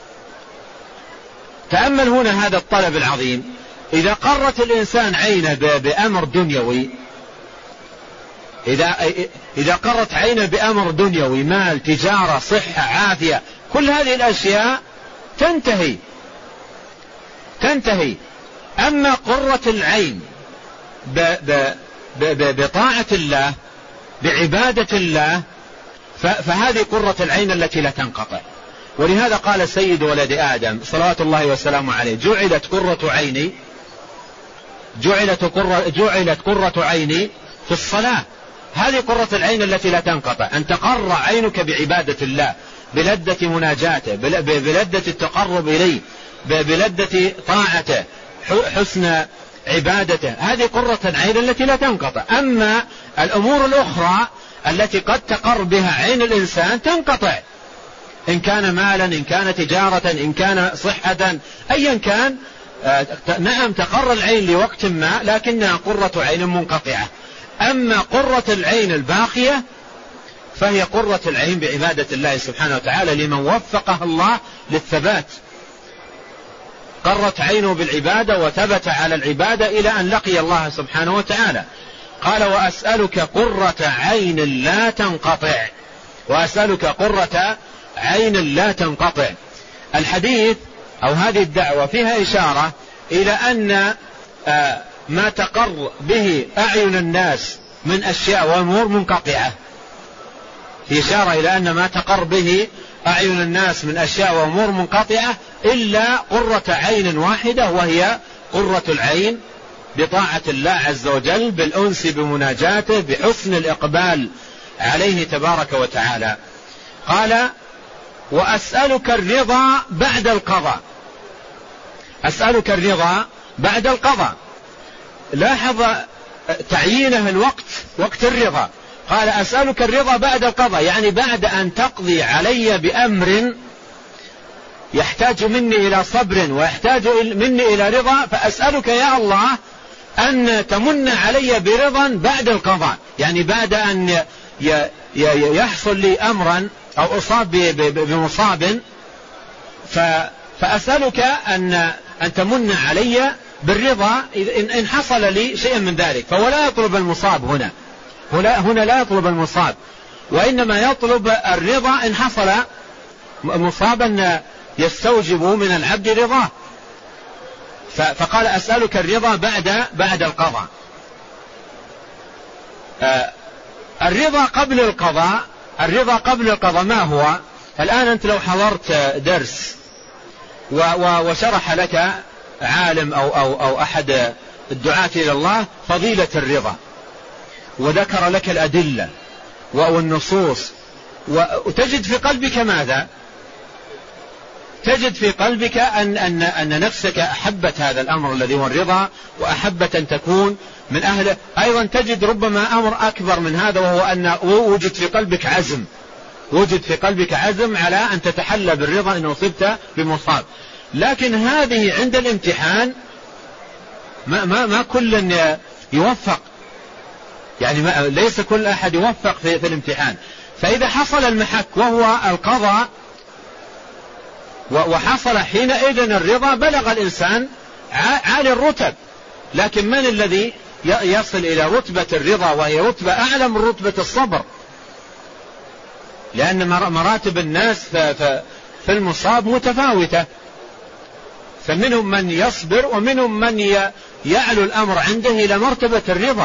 [SPEAKER 3] تأمل هنا هذا الطلب العظيم. إذا قرت الإنسان عينه بأمر دنيوي، إذا قرت عينه بأمر دنيوي، مال، تجارة، صحة، عافية، كل هذه الأشياء تنتهي. أما قرة العين بطاعة الله، بعبادة الله، فهذه قرة العين التي لا تنقطع. ولهذا قال سيد ولد آدم صلوات الله وسلامه عليه: جعلت قرة عيني في الصلاة. هذه قرة العين التي لا تنقطع، أن تقر عينك بعبادة الله، بلذة مناجاته، بلذة التقرب إليه، بلذة طاعته، حسن عبادته. هذه قرة العين التي لا تنقطع. أما الأمور الأخرى التي قد تقر بها عين الإنسان تنقطع، إن كان مالا، إن كان تجارة، إن كان صحة، أيا كان، نعم تقر العين لوقت ما، لكنها قرة عين منقطعة. أما قرة العين الباقية فهي قرة العين بعبادة الله سبحانه وتعالى لمن وفقه الله للثبات، قرت عينه بالعبادة وثبت على العبادة إلى أن لقي الله سبحانه وتعالى. قال وأسألك قرة عين لا تنقطع، وأسألك قرة عين لا تنقطع. الحديث أو هذه الدعوة فيها إشارة إلى أن ما تقر به أعين الناس من أشياء وأمور منقطعة، في إشارة إلى أن ما تقر به أعين الناس من أشياء وأمور منقطعة إلا قرة عين واحدة، وهي قرة العين بطاعة الله عز وجل، بالأنس بمناجاته، بحسن الإقبال عليه تبارك وتعالى. قال وأسألك الرضا بعد القضاء. أسألك الرضا بعد القضاء، لاحظ تعيينه الوقت، وقت الرضا. قال أسألك الرضا بعد القضاء، يعني بعد أن تقضي علي بأمر يحتاج مني إلى صبر ويحتاج مني إلى رضا، فأسألك يا الله أن تمن علي برضا بعد القضاء، يعني بعد أن يحصل لي أمرا أو أصاب بمصاب، فأسألك أن تمن علي بالرضا إن حصل لي شيء من ذلك. فهو لا يطلب المصاب هنا لا يطلب المصاب، وإنما يطلب الرضا إن حصل مصابا يستوجب من العبد رضاه. فقال أسألك الرضا بعد القضاء. الرضا قبل القضاء ما هو؟ الآن أنت لو حضرت درس وشرح لك عالم أو أحد الدعاة إلى الله فضيلة الرضا، وذكر لك الأدلة والنصوص، وتجد في قلبك ماذا؟ تجد في قلبك أن نفسك أحبت هذا الأمر الذي هو الرضا، وأحبت أن تكون من أهله. أيضا تجد ربما أمر أكبر من هذا، وهو أن وجد في قلبك عزم على أن تتحلى بالرضا إن أصبت بمصاب. لكن هذه عند الامتحان ما كل يوفق، يعني ليس كل أحد يوفق في الامتحان. فإذا حصل المحك وهو القضاء وحصل حينئذ الرضا، بلغ الإنسان عالي الرتب. لكن من الذي يصل إلى رتبة الرضا، وهي رتبة أعلى من رتبة الصبر؟ لأن مراتب الناس في المصاب متفاوتة، فمنهم من يصبر ومنهم من يعلو الأمر عنده إلى مرتبة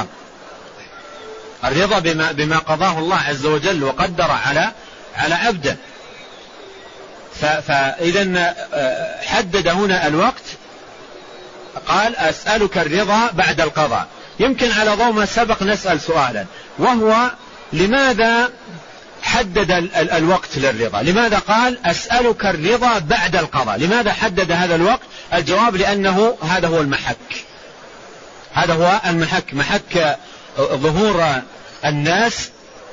[SPEAKER 3] الرضا بما قضاه الله عز وجل وقدر على عبده. فإذا حدد هنا الوقت، قال أسألك الرضا بعد القضاء. يمكن على ضوء ما سبق نسأل سؤالا، وهو لماذا حدد الوقت للرضا؟ لماذا قال أسألك الرضا بعد القضاء؟ لماذا حدد هذا الوقت؟ الجواب لأنه هذا هو المحك، محك ظهور الناس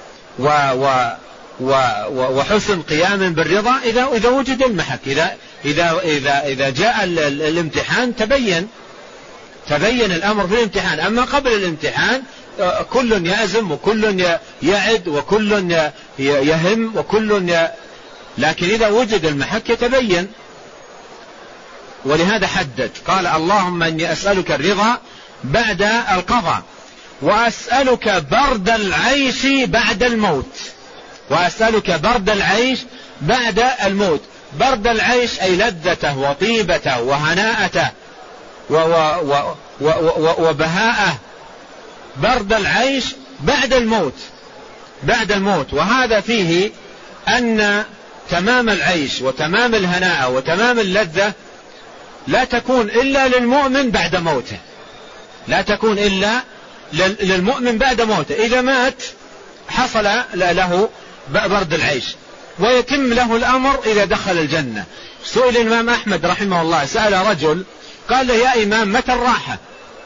[SPEAKER 3] وحسن قيام بالرضا إذا وجد المحك. إذا جاء الامتحان تبين الأمر في الامتحان. أما قبل الامتحان كل يعزم وكل يعد وكل يهم لكن إذا وجد المحك يتبين. ولهذا حدد قال اللهم إني أسألك الرضا بعد القضاء، وأسألك برد العيش بعد الموت. وأسألك برد العيش بعد الموت. برد العيش أي لذته وطيبته وهناءته وبهاءه. برد العيش بعد الموت. وهذا فيه أن تمام العيش وتمام الهناء وتمام اللذة لا تكون إلا للمؤمن بعد موته. إذا مات حصل له برد العيش، ويتم له الأمر إذا دخل الجنة. سئل الإمام أحمد رحمه الله، سأل رجل قال له يا إمام متى الراحة؟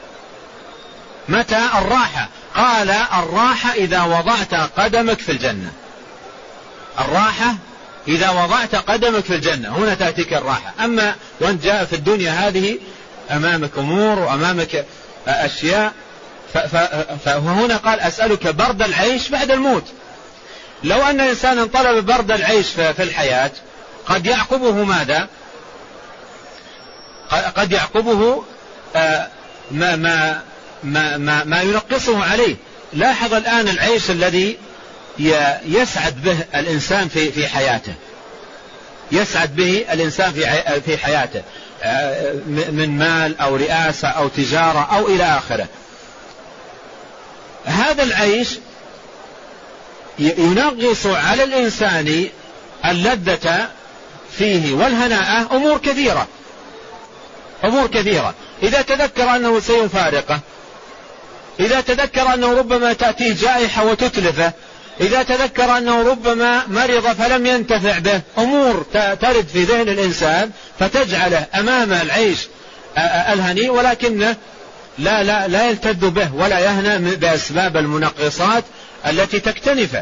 [SPEAKER 3] متى الراحة؟ قال الراحة إذا وضعت قدمك في الجنة. الراحة إذا وضعت قدمك في الجنة، هنا تأتيك الراحة. أما وأنت جاء في الدنيا هذه أمامك أمور وأمامك أشياء، فهنا قال أسألك برد العيش بعد الموت. لو أن إنسانا طلب برد العيش في الحياة قد يعقبه ماذا؟ قد يعقبه ما ينقصه عليه. لاحظ الآن العيش الذي يسعد به الإنسان في حياته، يسعد به الإنسان في حياته من مال أو رئاسة أو تجارة أو إلى آخره. هذا العيش ينغص على الإنسان اللذة فيه والهناء أمور كثيرة. إذا تذكر أنه سيفارقه، إذا تذكر أنه ربما تأتيه جائحة وتتلفه، إذا تذكر أنه ربما مرض فلم ينتفع به، أمور ترد في ذهن الإنسان فتجعله أمام العيش الهني، ولكنه لا يلتذ به ولا يهنى بأسباب المنقصات التي تكتنفه.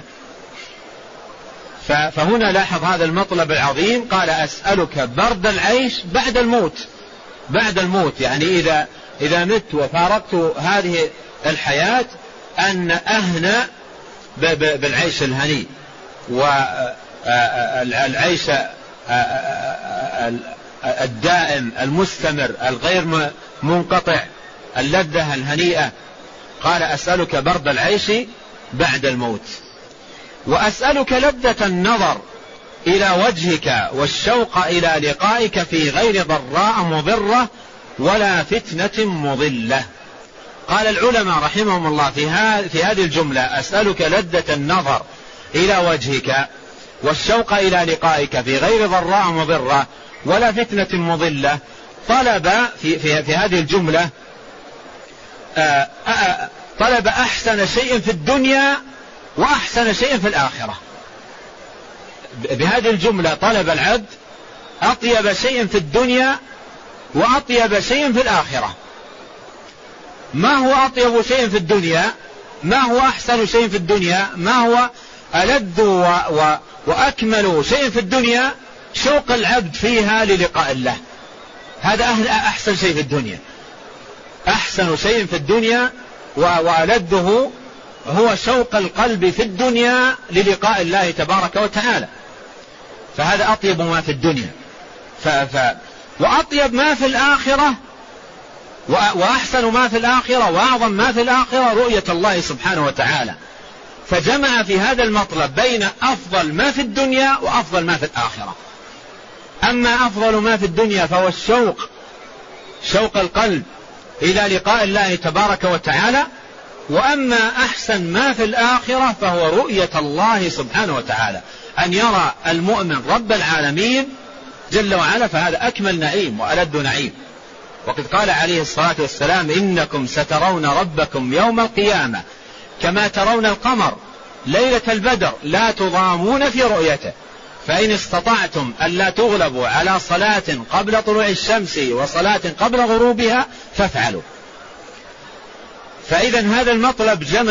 [SPEAKER 3] فهنا لاحظ هذا المطلب العظيم، قال أسألك برد العيش بعد الموت، يعني إذا مت وفارقت هذه الحياة أن أهنأ بالعيش الهني والعيش الدائم المستمر الغير منقطع، اللذة الهنيئة. قال أسألك برد العيش بعد الموت، وأسألك لذة النظر إلى وجهك والشوق إلى لقائك في غير ضراء مضرة ولا فتنة مضلة. قال العلماء رحمهم الله في هذه الجملة أسألك لذة النظر إلى وجهك والشوق إلى لقائك في غير ضراء مضرة ولا فتنة مضلة، طلب في هذه الجملة طلب أحسن شيء في الدنيا وأحسن شيء في الآخرة. بهذه الجملة طلب العبد أطيب شيء في الدنيا وأطيب شيء في الآخرة. ما هو أطيب شيء في الدنيا؟ ما هو أحسن شيء في الدنيا؟ ما هو ألذ وأكمل شيء في الدنيا؟ شوق العبد فيها للقاء الله، هذا أحسن شيء في الدنيا. أحسن شيء في الدنيا وألذه هو شوق القلب في الدنيا للقاء الله تبارك وتعالى، فهذا أطيب ما في الدنيا. وأطيب ما في الآخرة وأحسن ما في الآخرة وأعظم ما في الآخرة رؤية الله سبحانه وتعالى. فجمع في هذا المطلب بين أفضل ما في الدنيا وأفضل ما في الآخرة. أما أفضل ما في الدنيا فهو شوق القلب إلى لقاء الله تبارك وتعالى، وأما أحسن ما في الآخرة فهو رؤية الله سبحانه وتعالى، أن يرى المؤمن رب العالمين جل وعلا، فهذا أكمل نعيم وألذ نعيم. وقد قال عليه الصلاة والسلام إنكم سترون ربكم يوم القيامة كما ترون القمر ليلة البدر لا تضامون في رؤيته، فإن استطعتم ألا تغلبوا على صلاة قبل طلوع الشمس وصلاة قبل غروبها فافعلوا. فإذا هذا المطلب جمع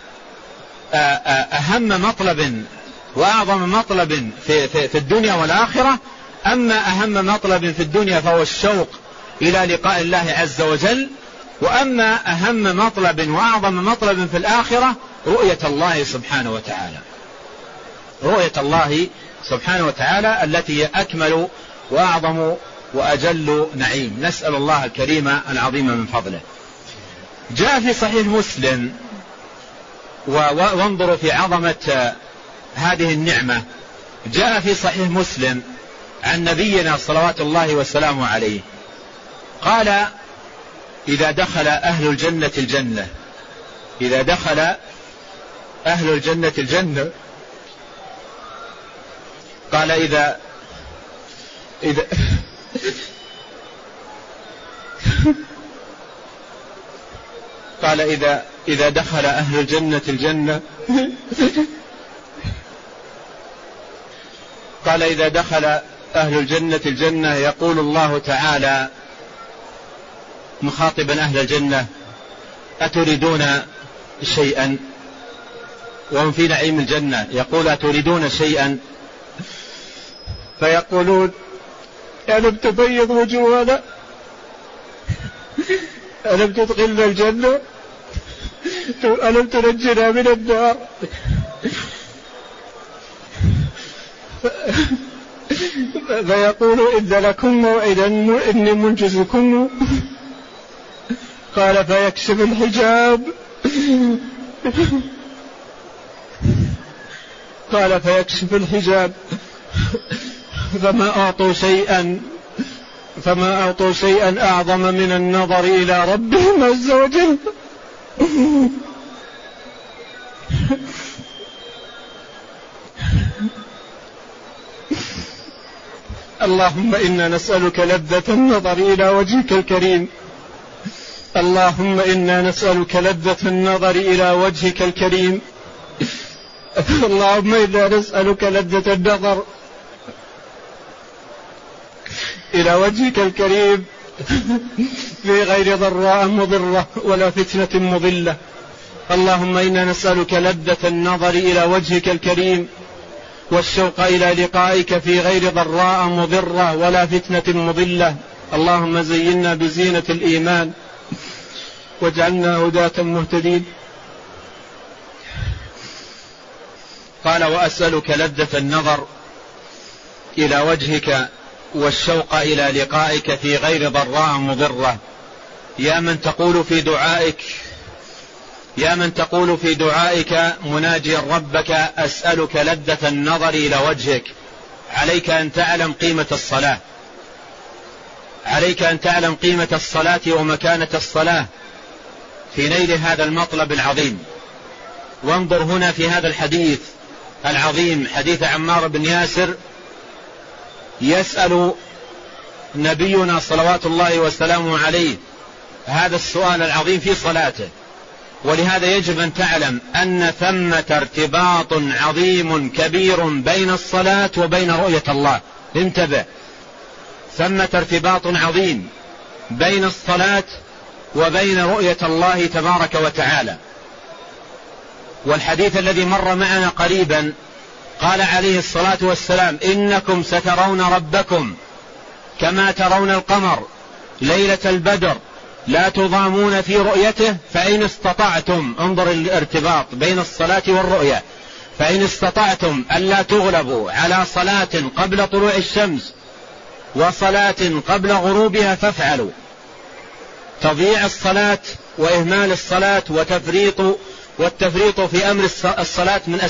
[SPEAKER 3] أهم مطلب وأعظم مطلب في الدنيا والآخرة. أما أهم مطلب في الدنيا فهو الشوق إلى لقاء الله عز وجل، وأما أهم مطلب وأعظم مطلب في الآخرة رؤية الله سبحانه وتعالى، رؤية الله سبحانه وتعالى التي هي أكمل وأعظم وأجل نعيم. نسأل الله الكريم العظيم من فضله. جاء في صحيح مسلم، وانظروا في عظمة هذه النعمة، جاء في صحيح مسلم عن نبينا صلوات الله وسلامه عليه قال إذا دخل أهل الجنة الجنة، إذا دخل أهل الجنة الجنة، قال إذا قال إذا دخل أهل الجنة الجنة قال إذا دخل أهل الجنة الجنة يقول الله تعالى مخاطبا أهل الجنة: أتريدون شيئا؟ وهم في نعيم الجنة يقول: أتريدون شيئا؟ فيقولون: ألم تبيض وجوهنا؟ ألم تدخلنا الجنة؟ ألم تنجنا من النار؟ فيقول: إذ لكم موعدا إني منجزكم. قال: فيكشف الحجاب. قال: فيكشف الحجاب فما أعطوا شيئا أعظم من النظر إلى ربهم عز وجل. اللهم إنا نسألك لذة النظر إلى وجهك الكريم. اللهم إنا نسألك لذة النظر إلى وجهك الكريم. اللهم إنا نسألك لذة النظر إلى وجهك الكريم في غير ضراء مضرة ولا فتنة مضلة. اللهم إنا نسألك لذة النظر إلى وجهك الكريم والشوق إلى لقائك في غير ضراء مضرة ولا فتنة مضلة. اللهم زينا بزينة الإيمان واجعلنا هداة مهتدين. قال: وأسألك لذة النظر إلى وجهك والشوق إلى لقائك في غير ضراء مضرة. يا من تقول في دعائك مناجيا ربك: أسألك لذة النظر إلى وجهك. عليك أن تعلم قيمة الصلاة ومكانة الصلاة في نيل هذا المطلب العظيم. وانظر هنا في هذا الحديث العظيم، حديث عمار بن ياسر، يسأل نبينا صلوات الله وسلامه عليه هذا السؤال العظيم في صلاته. ولهذا يجب أن تعلم أن ثمة ارتباط عظيم كبير بين الصلاة وبين رؤية الله. انتبه، ثمة ارتباط عظيم بين الصلاة وبين رؤية الله تبارك وتعالى. والحديث الذي مر معنا قريبا قال عليه الصلاة والسلام: إنكم سترون ربكم كما ترون القمر ليلة البدر لا تضامون في رؤيته فإن استطعتم، انظر الارتباط بين الصلاة والرؤية، فإن استطعتم ألا تغلبوا على صلاة قبل طلوع الشمس وصلاة قبل غروبها فافعلوا. تضييع الصلاة وإهمال الصلاة والتفريط في أمر الصلاة من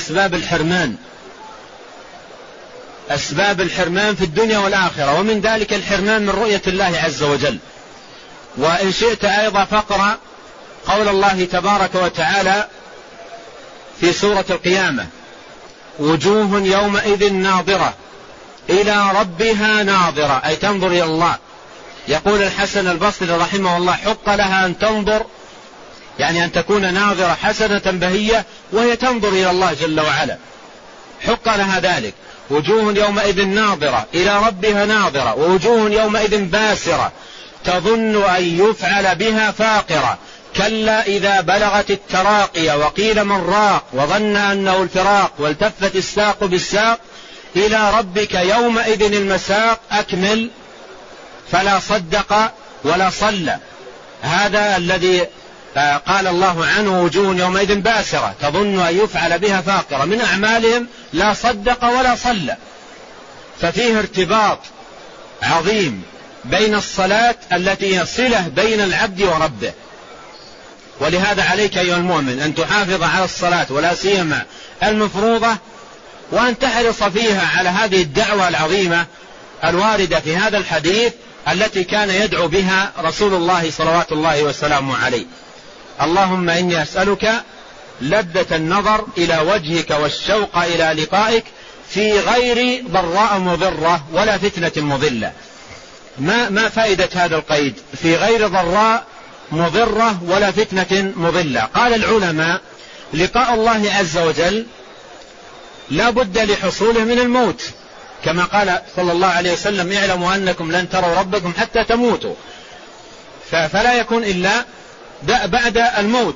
[SPEAKER 3] أسباب الحرمان في الدنيا والآخرة، ومن ذلك الحرمان من رؤية الله عز وجل. وإن شئت أيضا فاقرأ قول الله تبارك وتعالى في سورة القيامة: وجوه يومئذ ناظرة إلى ربها ناظرة، أي تنظر إلى الله. يقول الحسن البصري رحمه الله: حق لها أن تنظر، يعني أن تكون ناظرة حسنة بهية وهي تنظر إلى الله جل وعلا، حق لها ذلك. وجوه يومئذ ناظرة إلى ربها ناظرة، ووجوه يومئذ باسرة تظن أن يفعل بها فاقرة، كلا إذا بلغت التراقي وقيل من راق وظن أنه الفراق والتفت الساق بالساق إلى ربك يومئذ المساق. أكمل: فلا صدق ولا صلى. هذا الذي قال الله عنه وجوه يومئذ باسرة تظن أن يفعل بها فاقرة، من أعمالهم لا صدق ولا صلى. ففيه ارتباط عظيم بين الصلاة التي هي صلة بين العبد وربه. ولهذا عليك أيها المؤمن أن تحافظ على الصلاة ولا سيما المفروضة، وأن تحرص فيها على هذه الدعوة العظيمة الواردة في هذا الحديث التي كان يدعو بها رسول الله صلوات الله وسلامه عليه: اللهم إني أسألك لذة النظر إلى وجهك والشوق إلى لقائك في غير ضراء مضرة ولا فتنة مضلة. ما فائدة هذا القيد في غير ضراء مضرة ولا فتنة مضلة. قال العلماء لقاء الله عز وجل لا بد لحصوله من الموت، كما قال صلى الله عليه وسلم اعلموا أنكم لن تروا ربكم حتى تموتوا، فلا يكون إلا بعد الموت.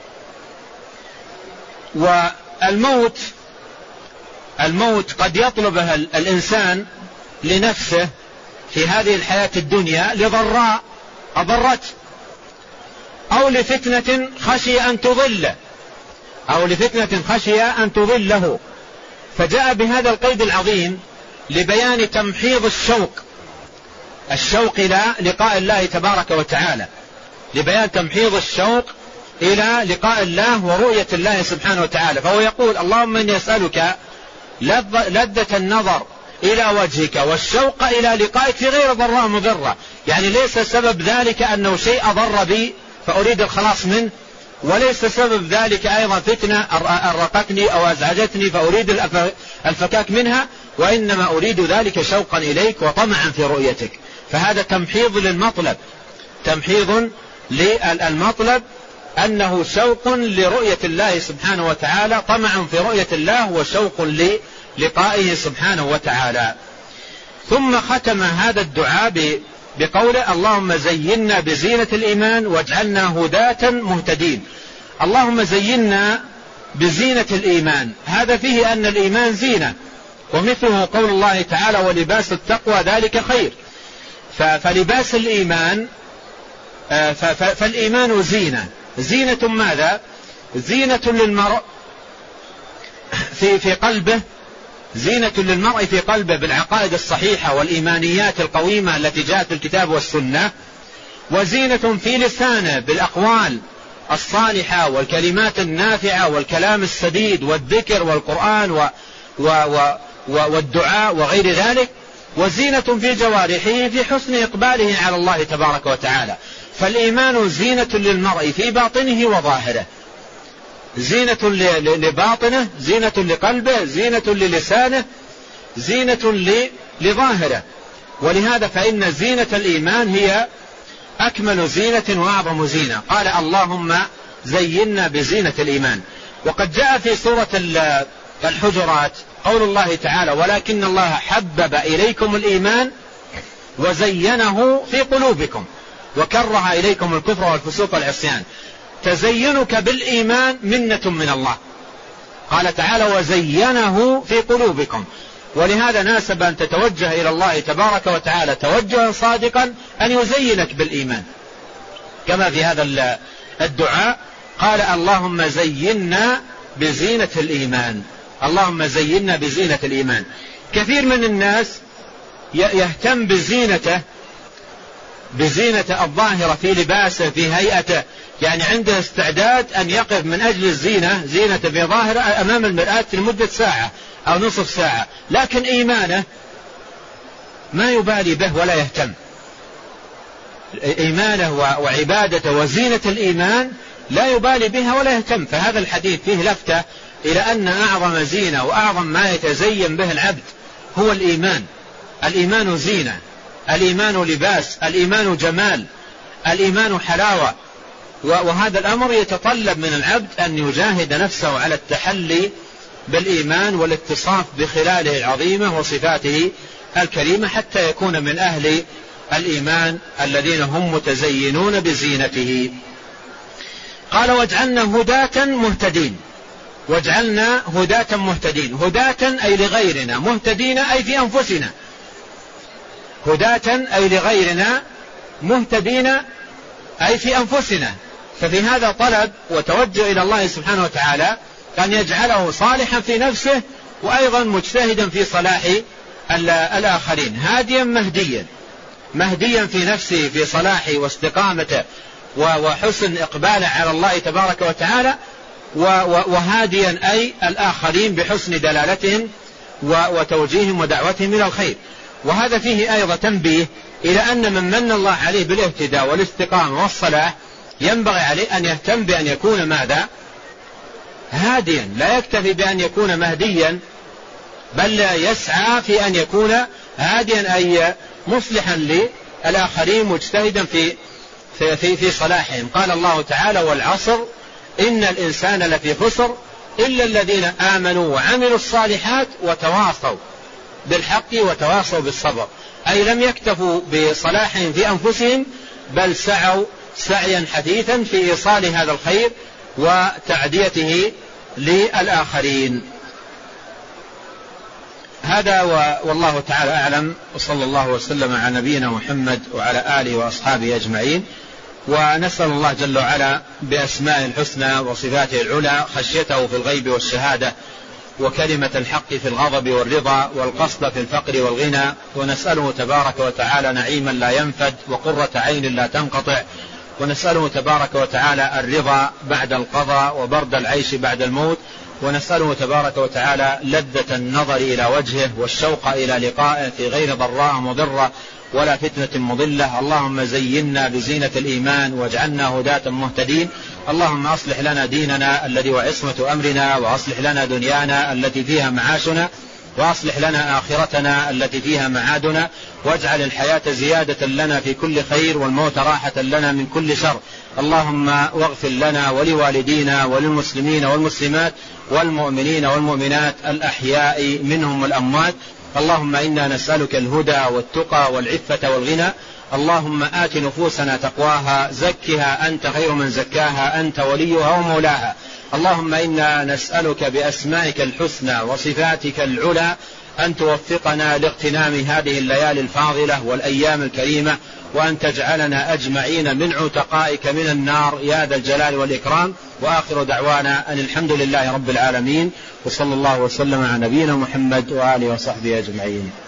[SPEAKER 3] والموت قد يطلبها الإنسان لنفسه في هذه الحياة الدنيا لضراء أضرته، أو لفتنة خشي أن تضله، فجاء بهذا القيد العظيم لبيان تمحيض الشوق إلى لقاء الله تبارك وتعالى، لبيان تمحيض الشوق إلى لقاء الله ورؤية الله سبحانه وتعالى. فهو يقول اللهم إني أسألك لذة النظر إلى وجهك والشوق إلى لقائك غير ضراء مضرة، يعني ليس سبب ذلك أنه شيء أضر بي فأريد الخلاص منه، وليس سبب ذلك أيضا فتنة أرقتني أو أزعجتني فأريد الفكاك منها، وإنما أريد ذلك شوقا إليك وطمعا في رؤيتك. فهذا تمحيض للمطلب، تمحيض للمطلب أنه شوق لرؤية الله سبحانه وتعالى، طمع في رؤية الله وشوق للقائه سبحانه وتعالى. ثم ختم هذا الدعاء بقوله اللهم زينا بزينة الإيمان واجعلنا هداة مهتدين. اللهم زينا بزينة الإيمان، هذا فيه أن الإيمان زينة، ومثله قول الله تعالى ولباس التقوى ذلك خير. فلباس الإيمان فالإيمان زينة ماذا؟ زينة للمرء في قلبه، زينة للمرء في قلبه بالعقائد الصحيحة والإيمانيات القويمة التي جاءت في الكتاب والسنة، وزينة في لسانه بالأقوال الصالحة والكلمات النافعة والكلام السديد والذكر والقرآن والدعاء وغير ذلك، وزينة في جوارحه في حسن إقباله على الله تبارك وتعالى. فالإيمان زينة للمرء في باطنه وظاهره، زينة لباطنه، زينة لقلبه، زينة للسانه، زينة لظاهره. ولهذا فإن زينة الإيمان هي أكمل زينة وأعظم زينة. قال اللهم زينا بزينة الإيمان. وقد جاء في سورة الحجرات قول الله تعالى ولكن الله حبب إليكم الإيمان وزينه في قلوبكم وكره إليكم الكفر والفسوق والعصيان. تزينك بالإيمان منة من الله، قال تعالى وزينه في قلوبكم. ولهذا ناسب أن تتوجه إلى الله تبارك وتعالى توجها صادقا أن يزينك بالإيمان، كما في هذا الدعاء قال اللهم زينا بزينة الإيمان، اللهم زينا بزينة الإيمان. كثير من الناس يهتم بزينة الظاهرة في لباسه في هيئته، يعني عنده استعداد أن يقف من أجل زينة في ظاهرة أمام المرآة لمدة ساعة أو نصف ساعة، لكن إيمانه ما يبالي به ولا يهتم. إيمانه وعبادته وزينة الإيمان لا يبالي بها ولا يهتم. فهذا الحديث فيه لفتة إلى أن أعظم زينة وأعظم ما يتزين به العبد هو الإيمان. الإيمان زينة، الإيمان لباس، الإيمان جمال، الإيمان حلاوة. وهذا الأمر يتطلب من العبد أن يجاهد نفسه على التحلي بالإيمان والاتصاف بخلاله العظيمة وصفاته الكريمة حتى يكون من أهل الإيمان الذين هم متزينون بزينته. قال واجعلنا هداة مهتدين، واجعلنا هداة مهتدين. هداة أي لغيرنا، مهتدين أي في أنفسنا. هداة أي لغيرنا، مهتدين أي في أنفسنا. ففي هذا طلب وتوجه إلى الله سبحانه وتعالى أن يجعله صالحا في نفسه وأيضا مجتهدا في صلاح الآخرين، هاديا مهديا في نفسه في صلاحه واستقامته وحسن إقباله على الله تبارك وتعالى، وهاديا أي الآخرين بحسن دلالتهم وتوجيههم ودعوتهم إلى الخير. وهذا فيه أيضا تنبيه إلى أن من الله عليه بالاهتداء والاستقامة والصلاح ينبغي عليه أن يهتم بأن يكون ماذا؟ هاديا، لا يكتفي بأن يكون مهديا، بل يسعى في أن يكون هاديا أي مصلحا للآخرين مجتهدا في صلاحهم. قال الله تعالى: والعصر إن الإنسان لفي خسر إلا الذين آمنوا وعملوا الصالحات وتواصوا بالحق وتواصوا بالصبر. أي لم يكتفوا بصلاحهم في أنفسهم، بل سعوا سعيا حثيثا في إيصال هذا الخير وتعديته للآخرين. هذا والله تعالى أعلم، وصلى الله وسلم على نبينا محمد وعلى آله وأصحابه أجمعين. ونسأل الله جل وعلا بأسمائه الحسنى وصفاته العلى خشيته في الغيب والشهادة، وكلمة الحق في الغضب والرضا، والقصد في الفقر والغنى. ونسأله تبارك وتعالى نعيما لا ينفد وقرة عين لا تنقطع. ونسأله تبارك وتعالى الرضا بعد القضاء وبرد العيش بعد الموت. ونسأله تبارك وتعالى لذة النظر إلى وجهه والشوق إلى لقائه في غير ضراء مضرة ولا فتنة مضلة. اللهم زينا بزينة الإيمان واجعلنا هداة مهتدين. اللهم أصلح لنا ديننا الذي هو عصمة أمرنا، وأصلح لنا دنيانا التي فيها معاشنا، وأصلح لنا آخرتنا التي فيها معادنا، واجعل الحياة زيادة لنا في كل خير والموت راحة لنا من كل شر. اللهم واغفر لنا ولوالدينا وللمسلمين والمسلمات والمؤمنين والمؤمنات الأحياء منهم والأموات. اللهم إنا نسألك الهدى والتقى والعفة والغنى. اللهم آت نفوسنا تقواها، زكها أنت خير من زكاها، أنت وليها ومولاها. اللهم إنا نسألك بأسمائك الحسنى وصفاتك العلى أن توفقنا لاغتنام هذه الليالي الفاضلة والأيام الكريمة، وأن تجعلنا أجمعين من عتقائك من النار يا ذا الجلال والإكرام. وآخر دعوانا أن الحمد لله رب العالمين، وصلى الله وسلم على نبينا محمد وآله وصحبه أجمعين.